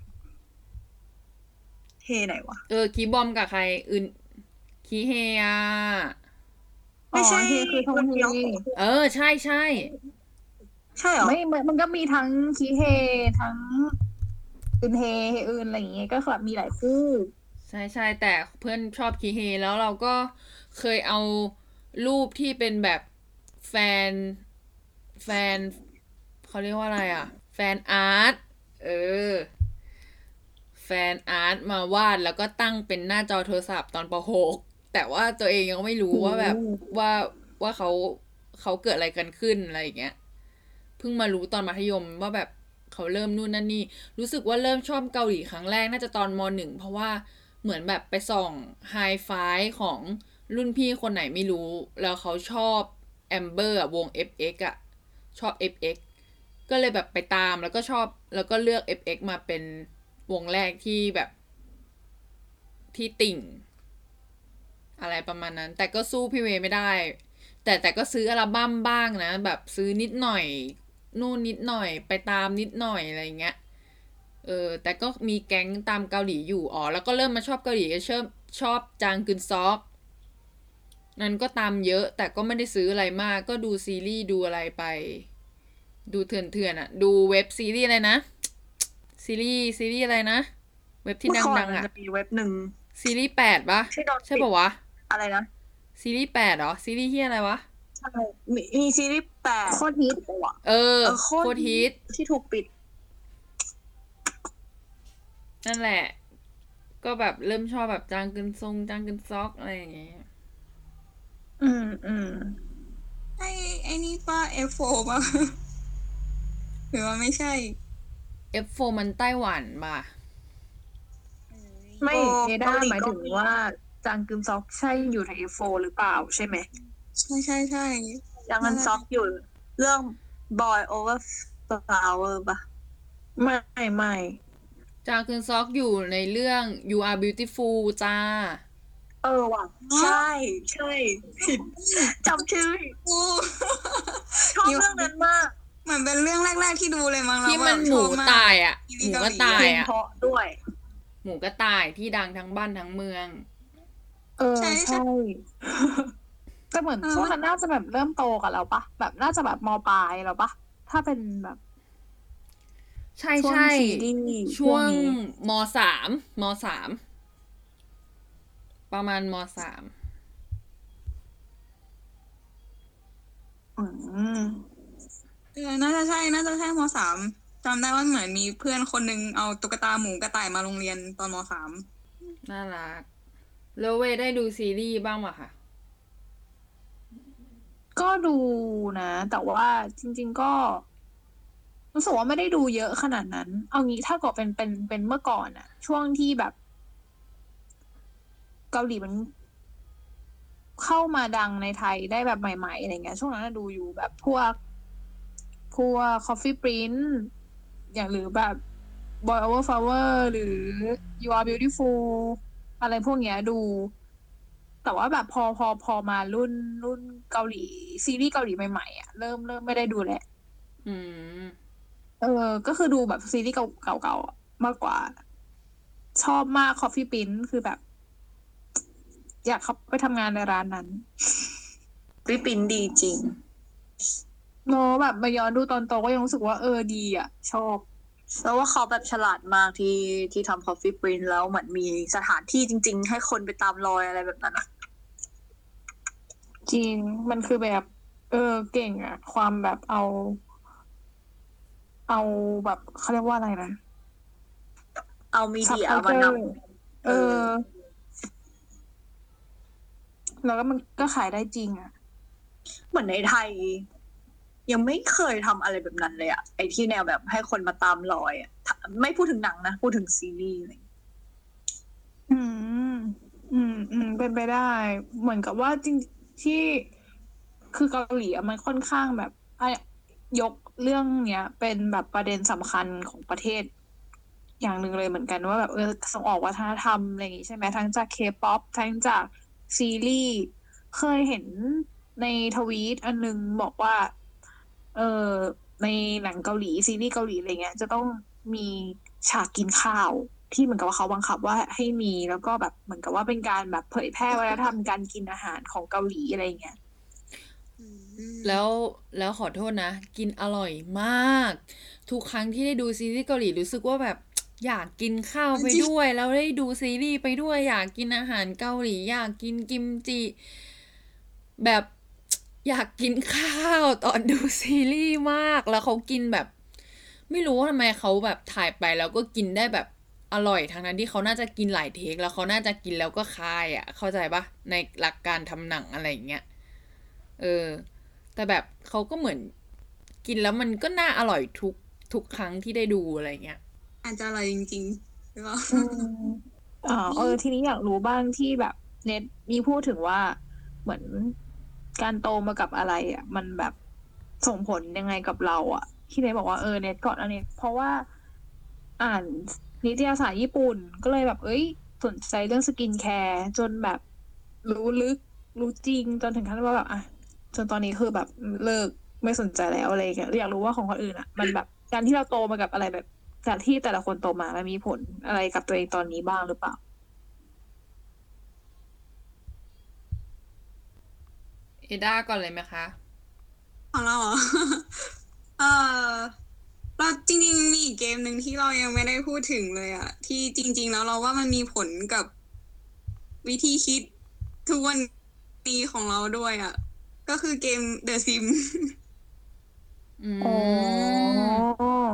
เฮไหนวะคีบอมกับใครอื่นคีเฮอะไม่ใช่เฮคือทงเฮใช่ใช่ใช่เหรอไม่มันก็มีทั้งคีเฮทั้งอึนเฮอึนอะไรอย่างเงี้ยก็คือแบบมีหลายคู่ใช่ใช่แต่เพื่อนชอบคีเฮแล้วเราก็เคยเอารูปที่เป็นแบบแฟนแฟนเขาเรียกว่าอะไรอ่ะ แฟนอาร์ตแฟนอาร์ตมาวาดแล้วก็ตั้งเป็นหน้าจอโทรศัพท์ตอนป .6 แต่ว่าตัวเองยังไม่รู้ว่าแบบว่าเขาเกิดอะไรกันขึ้นอะไรอย่างเงี้ยเพิ่งมารู้ตอนมัธยมว่าแบบเขาเริ่มนู่นนั่นนี่รู้สึกว่าเริ่มชอบเกาหลีครั้งแรกน่าจะตอนม .1 เพราะว่าเหมือนแบบไปส่องไฮไฟของรุ่นพี่คนไหนไม่รู้แล้วเขาชอบแอมเบอร์วง FX อ่ะชอบ FX ก็เลยแบบไปตามแล้วก็ชอบแล้วก็เลือก FX มาเป็นวงแรกที่แบบที่ติ่งอะไรประมาณนั้นแต่ก็สู้พี่เวย์ไม่ได้ แต่ก็ซื้ออัลบั้มบ้างนะแบบซื้อนิดหน่อยนู่นนิดหน่อยไปตามนิดหน่อยอะไรเงี้ยแต่ก็มีแก๊งตามเกาหลีอยู่แล้วก็เริ่มมาชอบเกาหลีก็ชอบจางกึนซอกนั้นก็ตามเยอะแต่ก็ไม่ได้ซื้ออะไรมากก็ดูซีรีส์ดูอะไรไปดูเถื่อนๆอ่ะดูเว็บซีรีส์อะไรนะซีรีส์อะไรนะเว็บที่เมื่อก่อนดังมันๆอ่ะจะมีเว็บหนึ่งซีรีส์8ปะที่โดนปิดใช่ปะวะอะไรนะซีรีส์8เหรอซีรีส์ที่อะไรวะใช่มีซีรีส์8 โคตรฮิตโคตรฮิตที่ถูกปิดนั่นแหละ ก็แบบเริ่มชอบแบบจางกึนจางกึนซอกอะไรอย่างเงี้ยไอ้นี่ป้า F4 ป่ะ หรือว่าไม่ใช่ F4 มันไต้หวันป่ะไม่โอ้เอด้าเกาหลีหมายถึงก็มีว่าจางกึมซอกใช่อยู่ใน F4 หรือเปล่าใช่ไหมใช่ยังมันซอกอยู่เรื่อง Boy Over Flower ปะไม่จางกึนซอกอยู่ในเรื่อง You Are Beautiful จ้าว่ะ ใช่ผิดจำชื่อผิดโอ้ชอบเรื่องนั้นมากเหมือนเป็นเรื่องแรกๆที่ดูเลยมั้งที่แล้วมันแบบหชมูอบมากตายอ่ะซีหรีส์มูเกาหลีกระต่าเพยลงอ่ะเพราะด้วยหมูกระต่ายที่ดังทั้งบ้านทั้งเมืองใช่แต่เหมือนช่วงนั้นน่าจะแบบเริ่มโตกับเราปะแบบน่าจะแบบมปลายแล้วปะถ้าเป็นแบบใช่ช่วงใช่ซีรีส์ช่วงนี้มสามประมาณมสามอืมน่าจะใช่ม.3จำได้ว่าเหมือนมีเพื่อนคนนึงเอาตุ๊กตาหมูกระต่ายมาโรงเรียนตอนม.3 น่ารักแล้วเวย์ได้ดูซีรีส์บ้างป่ะคะก็ดูนะ แต่ว่าจริง ๆก็รู้สึกว่าไม่ได้ดูเยอะขนาดนั้น เอางี้ถ้าเกิดเป็นเมื่อก่อนอะช่วงที่แบบ เกาหลีมันเข้ามาดังในไทยได้แบบใหม่ๆอะไรเงี้ยช่วงนั้นนะดูอยู่แบบพวก Coffee Prince อย่างหรือแบบ Boy Over Flower หรือ You Are Beautiful อะไรพวกเนี้ยดู แต่ว่าแบบพอมารุ่นเกาหลีซีรีส์เกาหลีใหม่ๆอ่ะเริ่มไม่ได้ดูแหละอืมก็คือดูแบบซีรีส์เก่าๆอะมากกว่า ชอบมาก Coffee Prince คือแบบ อยากเข้าไปทำงานในร้านนั้นฟิลิปปินส์ดีจริงโนแบบมาย้อนดูตอนโตก็ยังรู้สึกว่าดีอ่ะ ชอบแล้วว่าเขาแบบฉลาดมากที่ทำ Coffee Prince แล้วเหมือนมีสถานที่จริง ๆ ให้คนไปตามรอยอะไรแบบนั้นอะจริงมันคือแบบ เก่งอ่ะ ความแบบเอาแบบเขาเรียกว่าอะไรนะเอามีเดีย Subculture มานำแล้วก็มันก็ขายได้จริงอ่ะเหมือนในไทย ยังไม่เคยทำอะไรแบบนั้นเลยอะไอที่แนวแบบให้คนมาตามรอยอะไม่พูดถึงหนังนะ พูดถึงซีรีส์อะไรอย่างเงี้ยเป็นไปได้ เหมือนกับว่าจริงที่คือเกาหลีอะมันค่อนข้างแบบยกเรื่องเนี้ย เป็นแบบประเด็นสำคัญของประเทศ อย่างหนึ่งเลยเหมือนกันว่าแบบส่งออกวัฒนธรรมอะไรอย่างงี้ใช่ไหมทั้งจากเคป๊อปทั้งจากซีรีส์เคยเห็นในทวีตอันนึงบอกว่า เออในหนังเกาหลีซีรีส์เกาหลีอะไรเงี้ยจะต้องมีฉากกินข้าวที่เหมือนกับว่าเขาบังคับว่าให้มีแล้วก็แบบเหมือนกับว่าเป็นการแบบเผยแพร่วัฒนธรรมการกินอาหารของเกาหลีอะไรเงี้ยอืมแล้วขอโทษนะ กินอร่อยมาก ทุกครั้งที่ได้ดูซีรีส์เกาหลีรู้สึกว่าแบบ อยากกินข้าวไปด้วย แล้วได้ดูซีรีส์ไปด้วย อยากกินอาหารเกาหลี อยากกินกิมจิ แบบ อยากกินข้าวตอนดูซีรีส์มาก แล้วเขากินแบบ ไม่รู้ว่าทำไมเขาแบบถ่ายไปแล้วก็กินได้แบบอร่อยทั้งนั้นที่เขาน่าจะกินหลายเทคแล้วเขาน่าจะกินแล้วก็คายอ่ะ เข้าใจปะในหลักการทำหนังอะไรอย่างเงี้ย เออ แต่แบบเขาก็เหมือนกินแล้วมันก็น่าอร่อยทุกครั้งที่ได้ดูอะไรเงี้ยอาจจะอร่อยจริงๆหรือเปล่าทีนี้อยากรู้บ้างที่แบบเน็ตมีพูดถึงว่าเหมือนการโตมากับอะไรอ่ะ มันแบบส่งผลยังไงกับเราอ่ะ ที่เน็ตบอกว่าเน็ตก่อนอันนี้เพราะว่าอ่านนิตยสารญี่ปุ่นก็เลยแบบสนใจเรื่องสกินแคร์จนแบบรู้ลึกรู้จริงจนถึงขั้นว่าแบบจนตอนนี้คือแบบเลิกไม่สนใจแล้วอะไรอย่างเงี้ยอยากรู้ว่าของคนอื่นอ่ะ มันแบบการที่เราโตมากับอะไรแบบจากที่แต่ละคนโตมามันมีผลอะไรกับตัวเองตอนนี้บ้างหรือเปล่าเอด้าก่อนเลยไหมคะของเราเหรอ เออเราจริงๆมีอีกเกมหนึ่งที่เรายังไม่ได้พูดถึงเลยอะที่จริง ๆ แล้วเราว่ามันมีผลกับวิธีคิดทุกวันนี้ของเราด้วยอะก็คือเกม The Sim อือ๋อม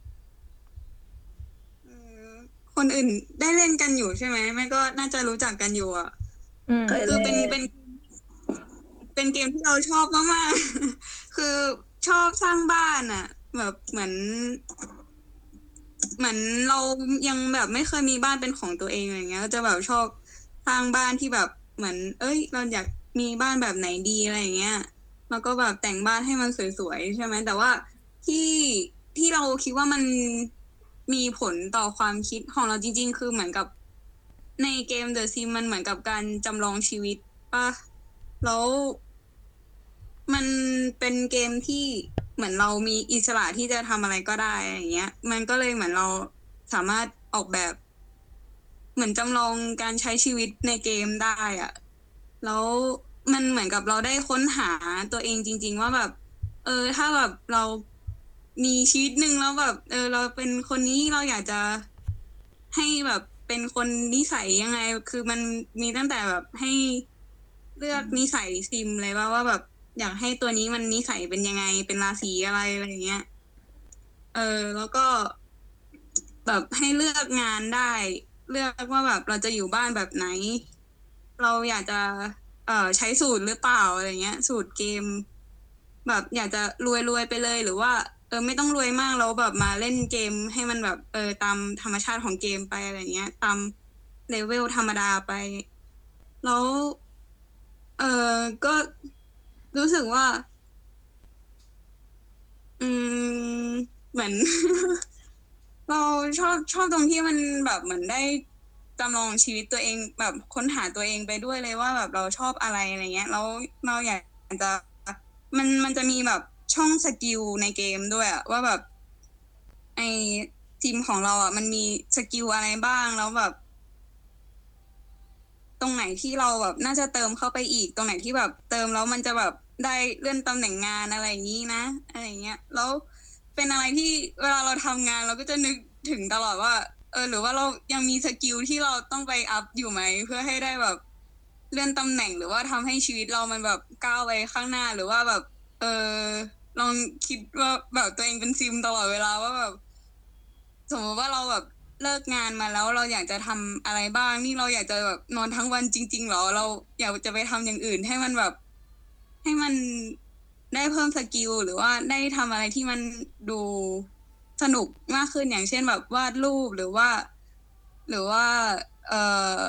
เออคนอื่นได้เล่นกันอยู่ใช่ไหมไม่ก็น่าจะรู้จักกันอยู่อะอืมเคยคือเล่นเป็นเกมที่เราชอบมากๆ คือชอบสร้างบ้านอะแบบเหมือนเรายังแบบไม่เคยมีบ้านเป็นของตัวเองอะไรเงี้ยก็จะแบบชอบสร้างบ้านที่แบบเหมือน เราอยากมีบ้านแบบไหนดีอะไรอย่างเงี้ยแล้วก็แบบแต่งบ้านให้มันสวยๆใช่ไหมแต่ว่าที่ที่เราคิดว่ามันมีผลต่อความคิดของเราจริงๆ คือเหมือนกับในเกม The Sim มันเหมือนกับการจำลองชีวิตป่ะแล้วมันเป็นเกมที่เหมือนเรามีอิสระที่จะทำอะไรก็ได้อย่างเงี้ย มันก็เลยเหมือนเราสามารถออกแบบ เหมือนจำลองการใช้ชีวิตในเกมได้อะแล้วมันเหมือนกับเราได้ค้นหาตัวเองจริง ๆ ว่าแบบ ถ้าแบบเรามีชีวิตหนึ่งแล้วแบบ เราเป็นคนนี้เราอยากจะให้แบบเป็นคนนิสัยยังไง คือมันมีตั้งแต่แบบให้เลือกนิสัยซิมเลยว่าแบบอยากให้ตัวนี้มันนิสัยเป็นยังไง เป็นราศีอะไรอย่างเงี้ย แล้วก็แบบให้เลือกงานได้ เลือกว่าแบบเราจะอยู่บ้านแบบไหน เราอยากจะใช้สูตรหรือเปล่าอะไรเงี้ย สูตรเกม แบบอยากจะรวยไปเลยหรือว่าไม่ต้องรวยมากแล้วแบบมาเล่นเกมให้มันแบบตามธรรมชาติของเกมไปอะไรเงี้ย ตามเลเวลธรรมดาไป แล้วก็รู้สึกว่า อืมเหมือน เราชอบตรงที่มันแบบเหมือนได้จำลองชีวิตตัวเองแบบค้นหาตัวเองไปด้วยเลยว่าแบบเราชอบอะไรอะไรเงี้ยแล้วเราอยากจะมันจะมีแบบช่องสกิลในเกมด้วยอะว่าแบบไอทีมของเราอะมันมีสกิลอะไรบ้างแล้วแบบ ตรงไหนที่เราแบบน่าจะเติมเข้าไปอีกตรงไหนที่แบบเติมแล้วมันจะแบบได้เลื่อนตำแหน่งงานอะไรอย่างนี้นะอะไรเงี้ยแล้วเป็นอะไรที่เวลาเราทำงานเราก็จะนึกถึงตลอดว่าหรือว่าเรายังมีสกิลที่เราต้องไปอัพอยู่ไหมเพื่อให้ได้แบบเลื่อนตำแหน่งหรือว่าทำให้ชีวิตเรามันแบบก้าวไปข้างหน้าหรือว่าแบบเออลองคิดว่าแบบตัวเองเป็นซิมตลอดเวลาว่าแบบ สมมติว่าเราแบบเลิกงานมาแล้วเราอยากจะทำอะไรบ้างนี่เราอยากจะแบบนอนทั้งวันจริงๆหรอเราอยากจะไปทำอย่างอื่นให้มันแบบให้มันได้เพิ่มสกิลหรือว่าได้ทำอะไรที่มันดูสนุกมากขึ้นอย่างเช่นแบบวาดรูปหรือว่าเออ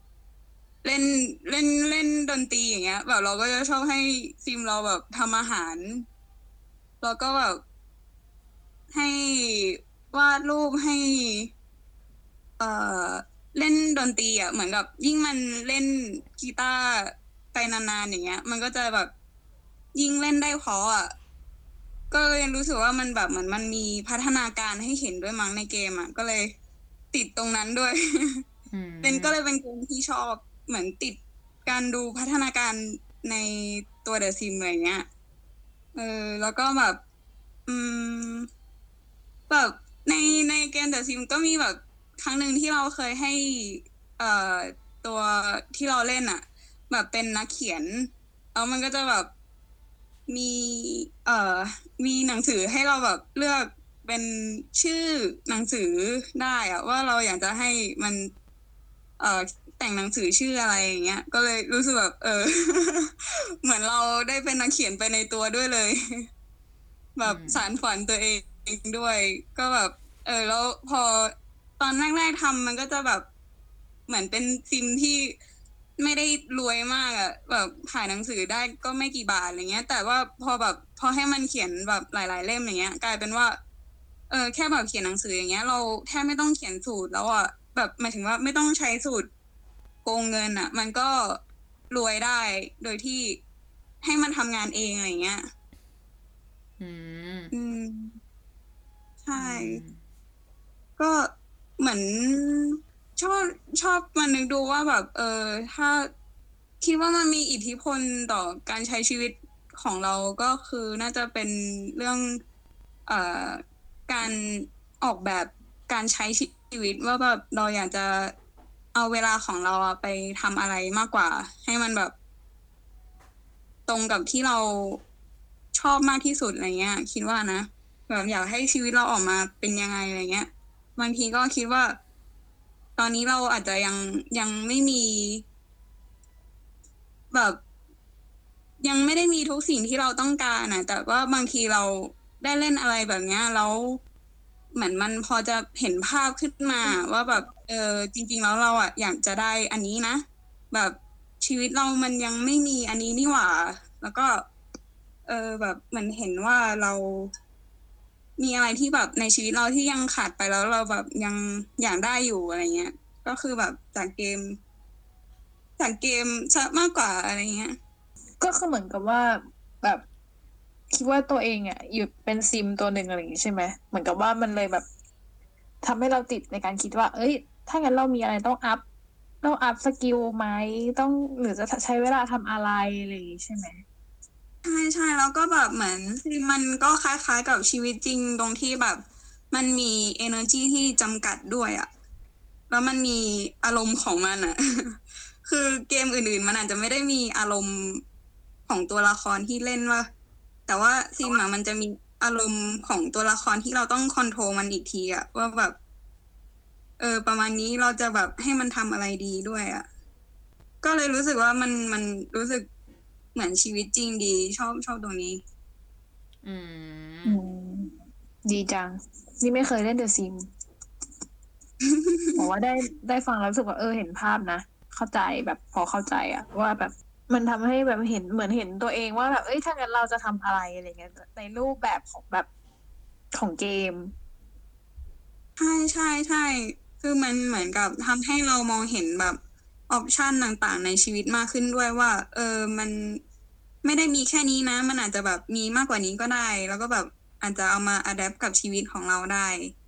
เล่นดนตรีอย่างเงี้ยแบบเราก็จะชอบให้ซิมเราแบบทำอาหารแล้วก็แบบให้วาดรูปให้ เอ่อเล่นดนตรีอ่ะเหมือนกับยิ่งมันเล่นกีตาร์ไปนานๆอย่างเงี้ยมันก็จะแบบยิ่งเล่นได้เพราะอ่ะก็เลยรู้สึกว่ามันแบบเหมือนมันมีพัฒนาการให้เห็นด้วยมั้งในเกมอ่ะก็เลยติดตรงนั้นด้วยอืมก็เลยเป็นเกมที่ชอบเหมือนติดการดูพัฒนาการในตัวเดอะซิมอะไรเงี้ยแล้วก็แบบ อืมแบบในเกมเดอะซิมก็มีแบบครั้งหนึ่งที่เราเคยให้เอ่อตัวที่เราเล่นอ่ะ แบบเป็นนักเขียนแล้วมันก็จะแบบมีเอ่อมีหนังสือให้เราแบบเลือกเป็นชื่อหนังสือได้อะว่าเราอยากจะให้มันเอ่อแต่งหนังสือชื่ออะไรอย่างเงี้ยก็เลยรู้สึกแบบเหมือนเราได้เป็นนักเขียนไปในตัวด้วยเลย แบบสานฝันตัวเองด้วยก็แบบแล้วพอตอนแรกๆทำมันก็จะแบบเหมือนเป็นซิมที่ไม่ได้รวยมากอะแบบขายหนังสือได้ก็ไม่กี่บาทอะไรเงี้ยแต่ว่าพอให้มันเขียนแบบหลายๆเล่มอย่างเงี้ยกลายเป็นว่าแค่แบบเขียนหนังสืออย่างเงี้ยเราแทบไม่ต้องเขียนสูตรแล้วอะแบบหมายถึงว่าไม่ต้องใช้สูตรโกงเงินอะมันก็รวยได้โดยที่ให้มันทำงานเองอะไรเงี้ยอืมอืม ใช่ ก็เหมือนชอบชอบมานึกดูว่าแบบถ้าคิดว่ามันมีอิทธิพลต่อการใช้ชีวิตของเราก็คือน่าจะเป็นเรื่องเอ่อการออกแบบการใช้ชีวิตว่าแบบเราอยากจะเอาเวลาของเราอะไปทำอะไรมากกว่า ให้มันแบบตรงกับที่เราชอบมากที่สุดอะไรเงี้ยคิดว่านะแบบอยากให้ชีวิตเราออกมาเป็นยังไงอะไรเงี้ย บางทีก็คิดว่าตอนนี้เราอาจจะยังไม่มีแบบยังไม่ได้มีทุกสิ่งที่เราต้องการนะแต่ว่าบางทีเราได้เล่นอะไรแบบเนี้ยแล้วเหมือนมันพอจะเห็นภาพขึ้นมาว่าแบบจริงๆแล้วเราอ่ะอยากจะได้อันนี้นะแบบชีวิตเรามันยังไม่มีอันนี้นี่หว่าแล้วก็แบบเหมือนเห็นว่าเรามีอะไรที่แบบในชีวิตเราที่ยังขาดไปแล้วเราแบบยังอยากได้อยู่อะไรเงี้ยก็คือแบบจากเกมซะมากกว่าอะไรเงี้ยก็คือเหมือนกับว่าแบบคิดว่าตัวเองอ่ะอยู่เป็นซิมตัวหนึ่งอะไรอย่างงี้ใช่ไหมเหมือนกับว่ามันเลยแบบทำให้เราติดในการคิดว่าเอ้ยถ้างั้นเรามีอะไรต้องอัพสกิลไหมต้องหรือจะใช้เวลาทำอะไรอะไรอย่างงี้ใช่ไหมใช่ใช่แล้วก็แบบเหมือนมันก็คล้ายๆกับชีวิตจริงตรงที่แบบมันมี energy ที่จำกัดด้วยอะแล้วมันมีอารมณ์ของมันอะคือเกมอื่นๆมันอาจจะไม่ได้มีอารมณ์ของตัวละครที่เล่นว่าแต่ว่าซิมอะมันจะมีอารมณ์ของตัวละครที่เราต้องคอนโทรลมันอีกทีอะว่าแบบประมาณนี้เราจะแบบให้มันทำอะไรดีด้วยอะก็เลยรู้สึกว่ามันรู้สึกเหมือนชีวิตจริงดีชอบตรงนี้อือืมมดีจังนี่ไม่เคยเล่นเดอะซิมบอกว่าได้ฟังแล้วรู้สึกว่าเห็นภาพนะเข้าใจแบบพอเข้าใจอะว่าแบบมันทำให้แบบเห็นเหมือนเห็นตัวเองว่าแบบเอ้ยถ้างั้นเราจะทำอะไรอะไรเงี้ยในรูปแบบของแบบของเกมใช่ใช่ใช่คือมันเหมือนกับทำให้เรามองเห็นแบบออปชันต่างๆในชีวิตมากขึ้นด้วยว่ามันไม่ได้มีแค่นี้นะมันอาจจะแบบมีมากกว่านี้ก็ได้แล้วก็แบบอาจจะเอามาอัดแอปกับชีวิตของเราได้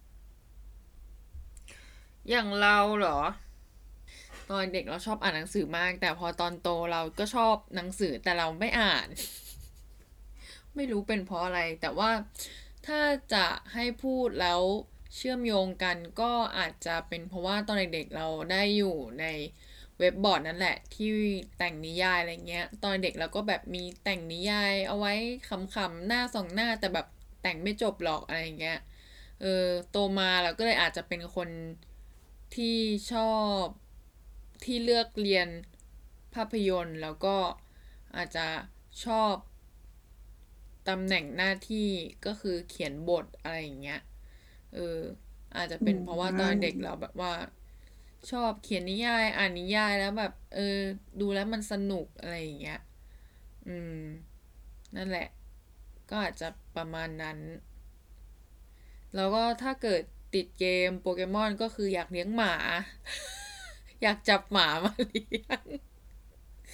อย่างเราเหรอ ตอนเด็กเราชอบอ่านหนังสือมาก แต่พอตอนโตเราก็ชอบหนังสือแต่เราไม่อ่าน ไม่รู้เป็นเพราะอะไร แต่ว่าถ้าจะให้พูดแล้วเชื่อมโยงกันก็อาจจะเป็นเพราะว่าตอนเด็กๆเราได้อยู่ในเว็บบอร์ดนั่นแหละที่แต่งนิยายอะไรเงี้ยตอนเด็กเราก็แบบมีแต่งนิยายเอาไว้ขำๆหน้าสองหน้าแต่แบบแต่งไม่จบหรอกอะไรเงี้ยโตมาเราก็เลยอาจจะเป็นคนที่ชอบที่เลือกเรียนภาพยนตร์แล้วก็อาจจะชอบ ตำแหน่งหน้าที่ก็คือเขียนบทอะไรอย่างเงี้ยเอออาจจะอืเป็นเพราะว่าตอนเด็กเรามแบบว่าชอบเขียนนิยายอ่านนิยายแล้วแบบดูแล้วมันสนุกอะไรอย่างเงี้ยอืมนั่นแหละก็อาจจะประมาณนั้นแล้วก็ถ้าเกิดติดเกมโปเกมอนก็คืออยากเลี้ยงหมาอยากจับหมามาเลี้ยง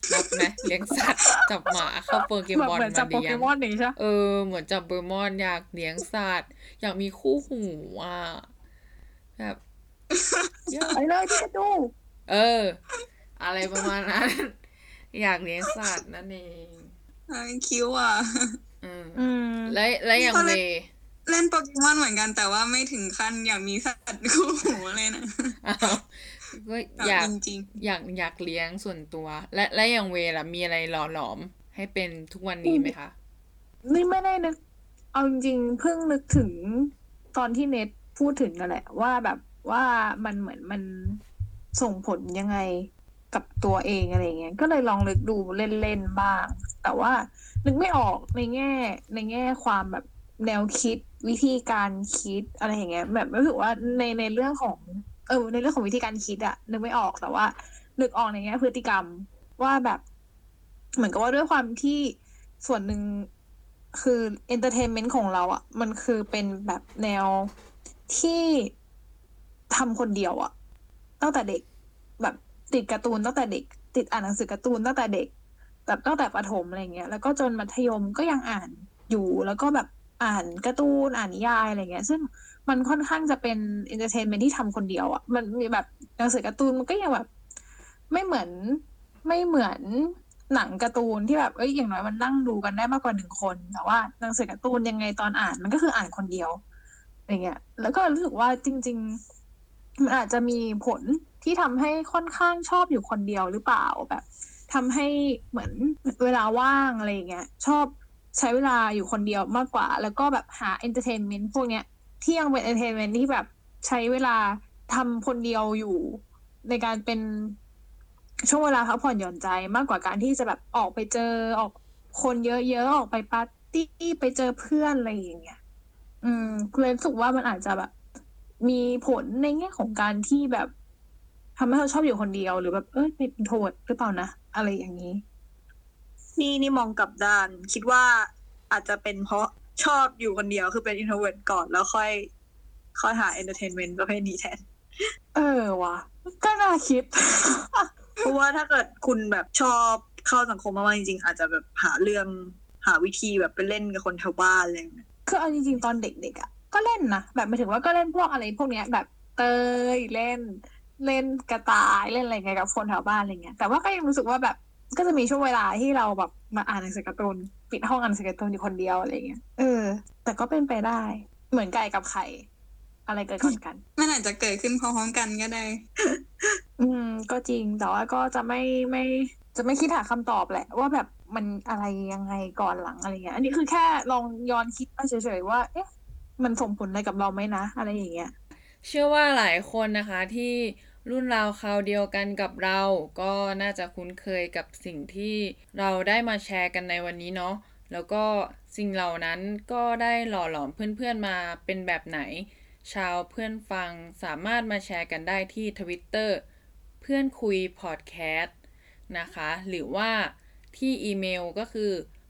นับไหมเลี้ยงสัตว์จับหมาเข้าโปเกแบบมอนเหมือนจับมาโปเลี้เกยงมอนอย่างนี้ใช่ปะเหมือนจับโปเกมอนอยากเลี้ยงสัตว์อยากมีคู่หูอ่ะแบบอยากไปเลยพี่กระดูอะไรประมาณนั้น อยากเลี้ยงสัตว์นั่นเองคิ้วอ่ะอืมอืมและอย่างเวเล่นโปเกมอนเหมือนกันแต่ว่าไม่ถึงขั้นอยากมีสัตว์คู่หูเลยนะอ้าวก็อยากจริงอยากเลี้ยงส่วนตัว และอย่างเวล่ะมีอะไรหล่อหลอมให้เป็นทุกวันนี้ไหมคะนี่ไม่ได้นึก เอาจริงๆเพิ่งนึกถึงตอนที่เน็ตพูดถึงนั่นแหละ ว่าแบบว่ามันเหมือนมันส่งผลยังไงกับตัวเองอะไรเงี้ย ก็เลยลองนึกดูเล่นๆบ้าง แต่ว่านึกไม่ออกในแง่ความแบบแนวคิดวิธีการคิดอะไรอย่างเงี้ย แบบรู้สึกว่าในเรื่องของในเรื่องของวิธีการคิดอะนึกไม่ออกแต่ว่านึกออกในแง่พฤติกรรมว่าแบบเหมือนกับว่าด้วยความที่ส่วนหนึ่งคือเอนเตอร์เทนเมนต์ของเราอะมันคือเป็นแบบแนวที่ทำคนเดียวอะตั้งแต่เด็กแบบติดการ์ตูนตั้งแต่เด็ก ติดอ่านหนังสือการ์ตูนตั้งแต่เด็ก แบบตั้งแต่ประถมอะไรเงี้ยแล้วก็จนมัธยมก็ยังอ่านอยู่แล้วก็แบบอ่านการ์ตูนอ่านนิยายอะไรเงี้ยซึ่งมันค่อนข้างจะเป็นเอนเตอร์เทนเมนต์ที่ทำคนเดียวอ่ะมันมีแบบหนังสือการ์ตูนมันก็ยังแบบไม่เหมือนหนังการ์ตูนที่แบบอย่างน้อยมันนั่งดูกันได้มากกว่าหนึ่งคนแต่ว่าหนังสือการ์ตูนยังไงตอนอ่านมันก็คืออ่านคนเดียวอะไรเงี้ยแล้วก็รู้สึกว่าจริงๆมันอาจจะมีผลที่ทำให้ค่อนข้างชอบอยู่คนเดียวหรือเปล่าแบบ ทำให้เหมือนเวลาว่างอะไรอย่างเงี้ยชอบใช้เวลาอยู่คนเดียวมากกว่า แล้วก็แบบหาเอนเตอร์เทนเมนต์พวกเนี้ยที่ยังเป็นเอนเตอร์เทนเมนต์ที่แบบใช้เวลาทำคนเดียวอยู่ในการเป็นช่วงเวลาพักผ่อนหย่อนใจมากกว่าการที่จะแบบออกไปเจอออกคนเยอะๆออกไปปาร์ตี้ไปเจอเพื่อนอะไรอย่างเงี้ยเลยรู้สึกว่ามันอาจจะแบบมีผลในแง่ของการที่แบบทำให้เราชอบอยู่คนเดียวหรือแบบเป็นโทษหรือเปล่านะอะไรอย่างนี้นี่มองกลับด้าน คิดว่าอาจจะเป็นเพราะชอบอยู่คนเดียวคือเป็น introvert ก่อนแล้วค่อยหา entertainment ประเภทนี้แทนว่ะก็น่าคิดเพราะว่าถ้าเกิดคุณแบบชอบเข้าสังคมมากๆจริงๆอาจจะแบบหาวิธีแบบไปเล่นกับคนแถวบ้านอะไรอย่างเงี้ยคือเอาจริงๆตอนเด็กๆอ่ะก็เล่นนะแบบหมายถึงว่าก็เล่นพวกอะไรพวกเนี้ยแบบเตยเล่นกระต่ายเล่นอะไรเงี้ยกับคนแถวบ้านอะไรเงี้ยแต่ว่าก็ยังรู้สึกว่าแบบก็จะมีช่วงเวลาที่เราแบบมาอ่านหนังสือการ์ตูนปิดห้องอ่านหนังสือการ์ตูนอยู่คนเดียวอะไรเงี้ยแต่ก็เป็นไปได้เหมือนไก่กับไข่อะไรเกิดก่อนกันๆมันอาจจะเกิดขึ้นพร้อมๆกันก็ได้ก็จริงแต่ว่าก็จะไม่คิดหาคำตอบแหละว่าแบบมันอะไรยังไงก่อนหลังอะไรเงี้ยอันนี้คือแค่ลองย้อนคิดมาเฉยๆว่าเอ๊ะมันส่งผลอะไรกับเราไหมนะอะไรอย่างเงี้ยเชื่อว่าหลายคนนะคะที่รุ่นราวคราวเดียวกันกับเราก็น่าจะคุ้นเคยกับสิ่งที่เราได้มาแชร์กันในวันนี้เนาะแล้วก็สิ่งเหล่านั้นก็ได้หล่อหลอมเพื่อนๆมาเป็นแบบไหน ชาวเพื่อนฟังสามารถมาแชร์กันได้ที่ Twitter เพื่อนคุยพอดแคสต์นะคะหรือว่าที่อีเมลก็คือ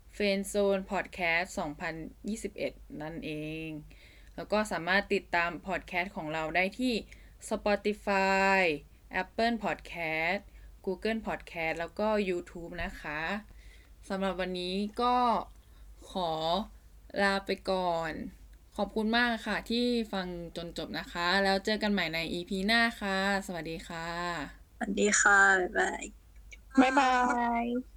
friendzonepodcast2021 นั่นเอง แล้วก็สามารถติดตามพอดแคสต์ของเราได้ที่ Spotify Apple Podcast Google Podcast แล้วก็ YouTube นะคะสำหรับวันนี้ก็ขอลาไปก่อน ขอบคุณมากค่ะที่ฟังจนจบนะคะ แล้วเจอกันใหม่ใน EP หน้าค่ะ สวัสดีค่ะสวัสดีค่ะ บ๊ายบายบ๊ายบาย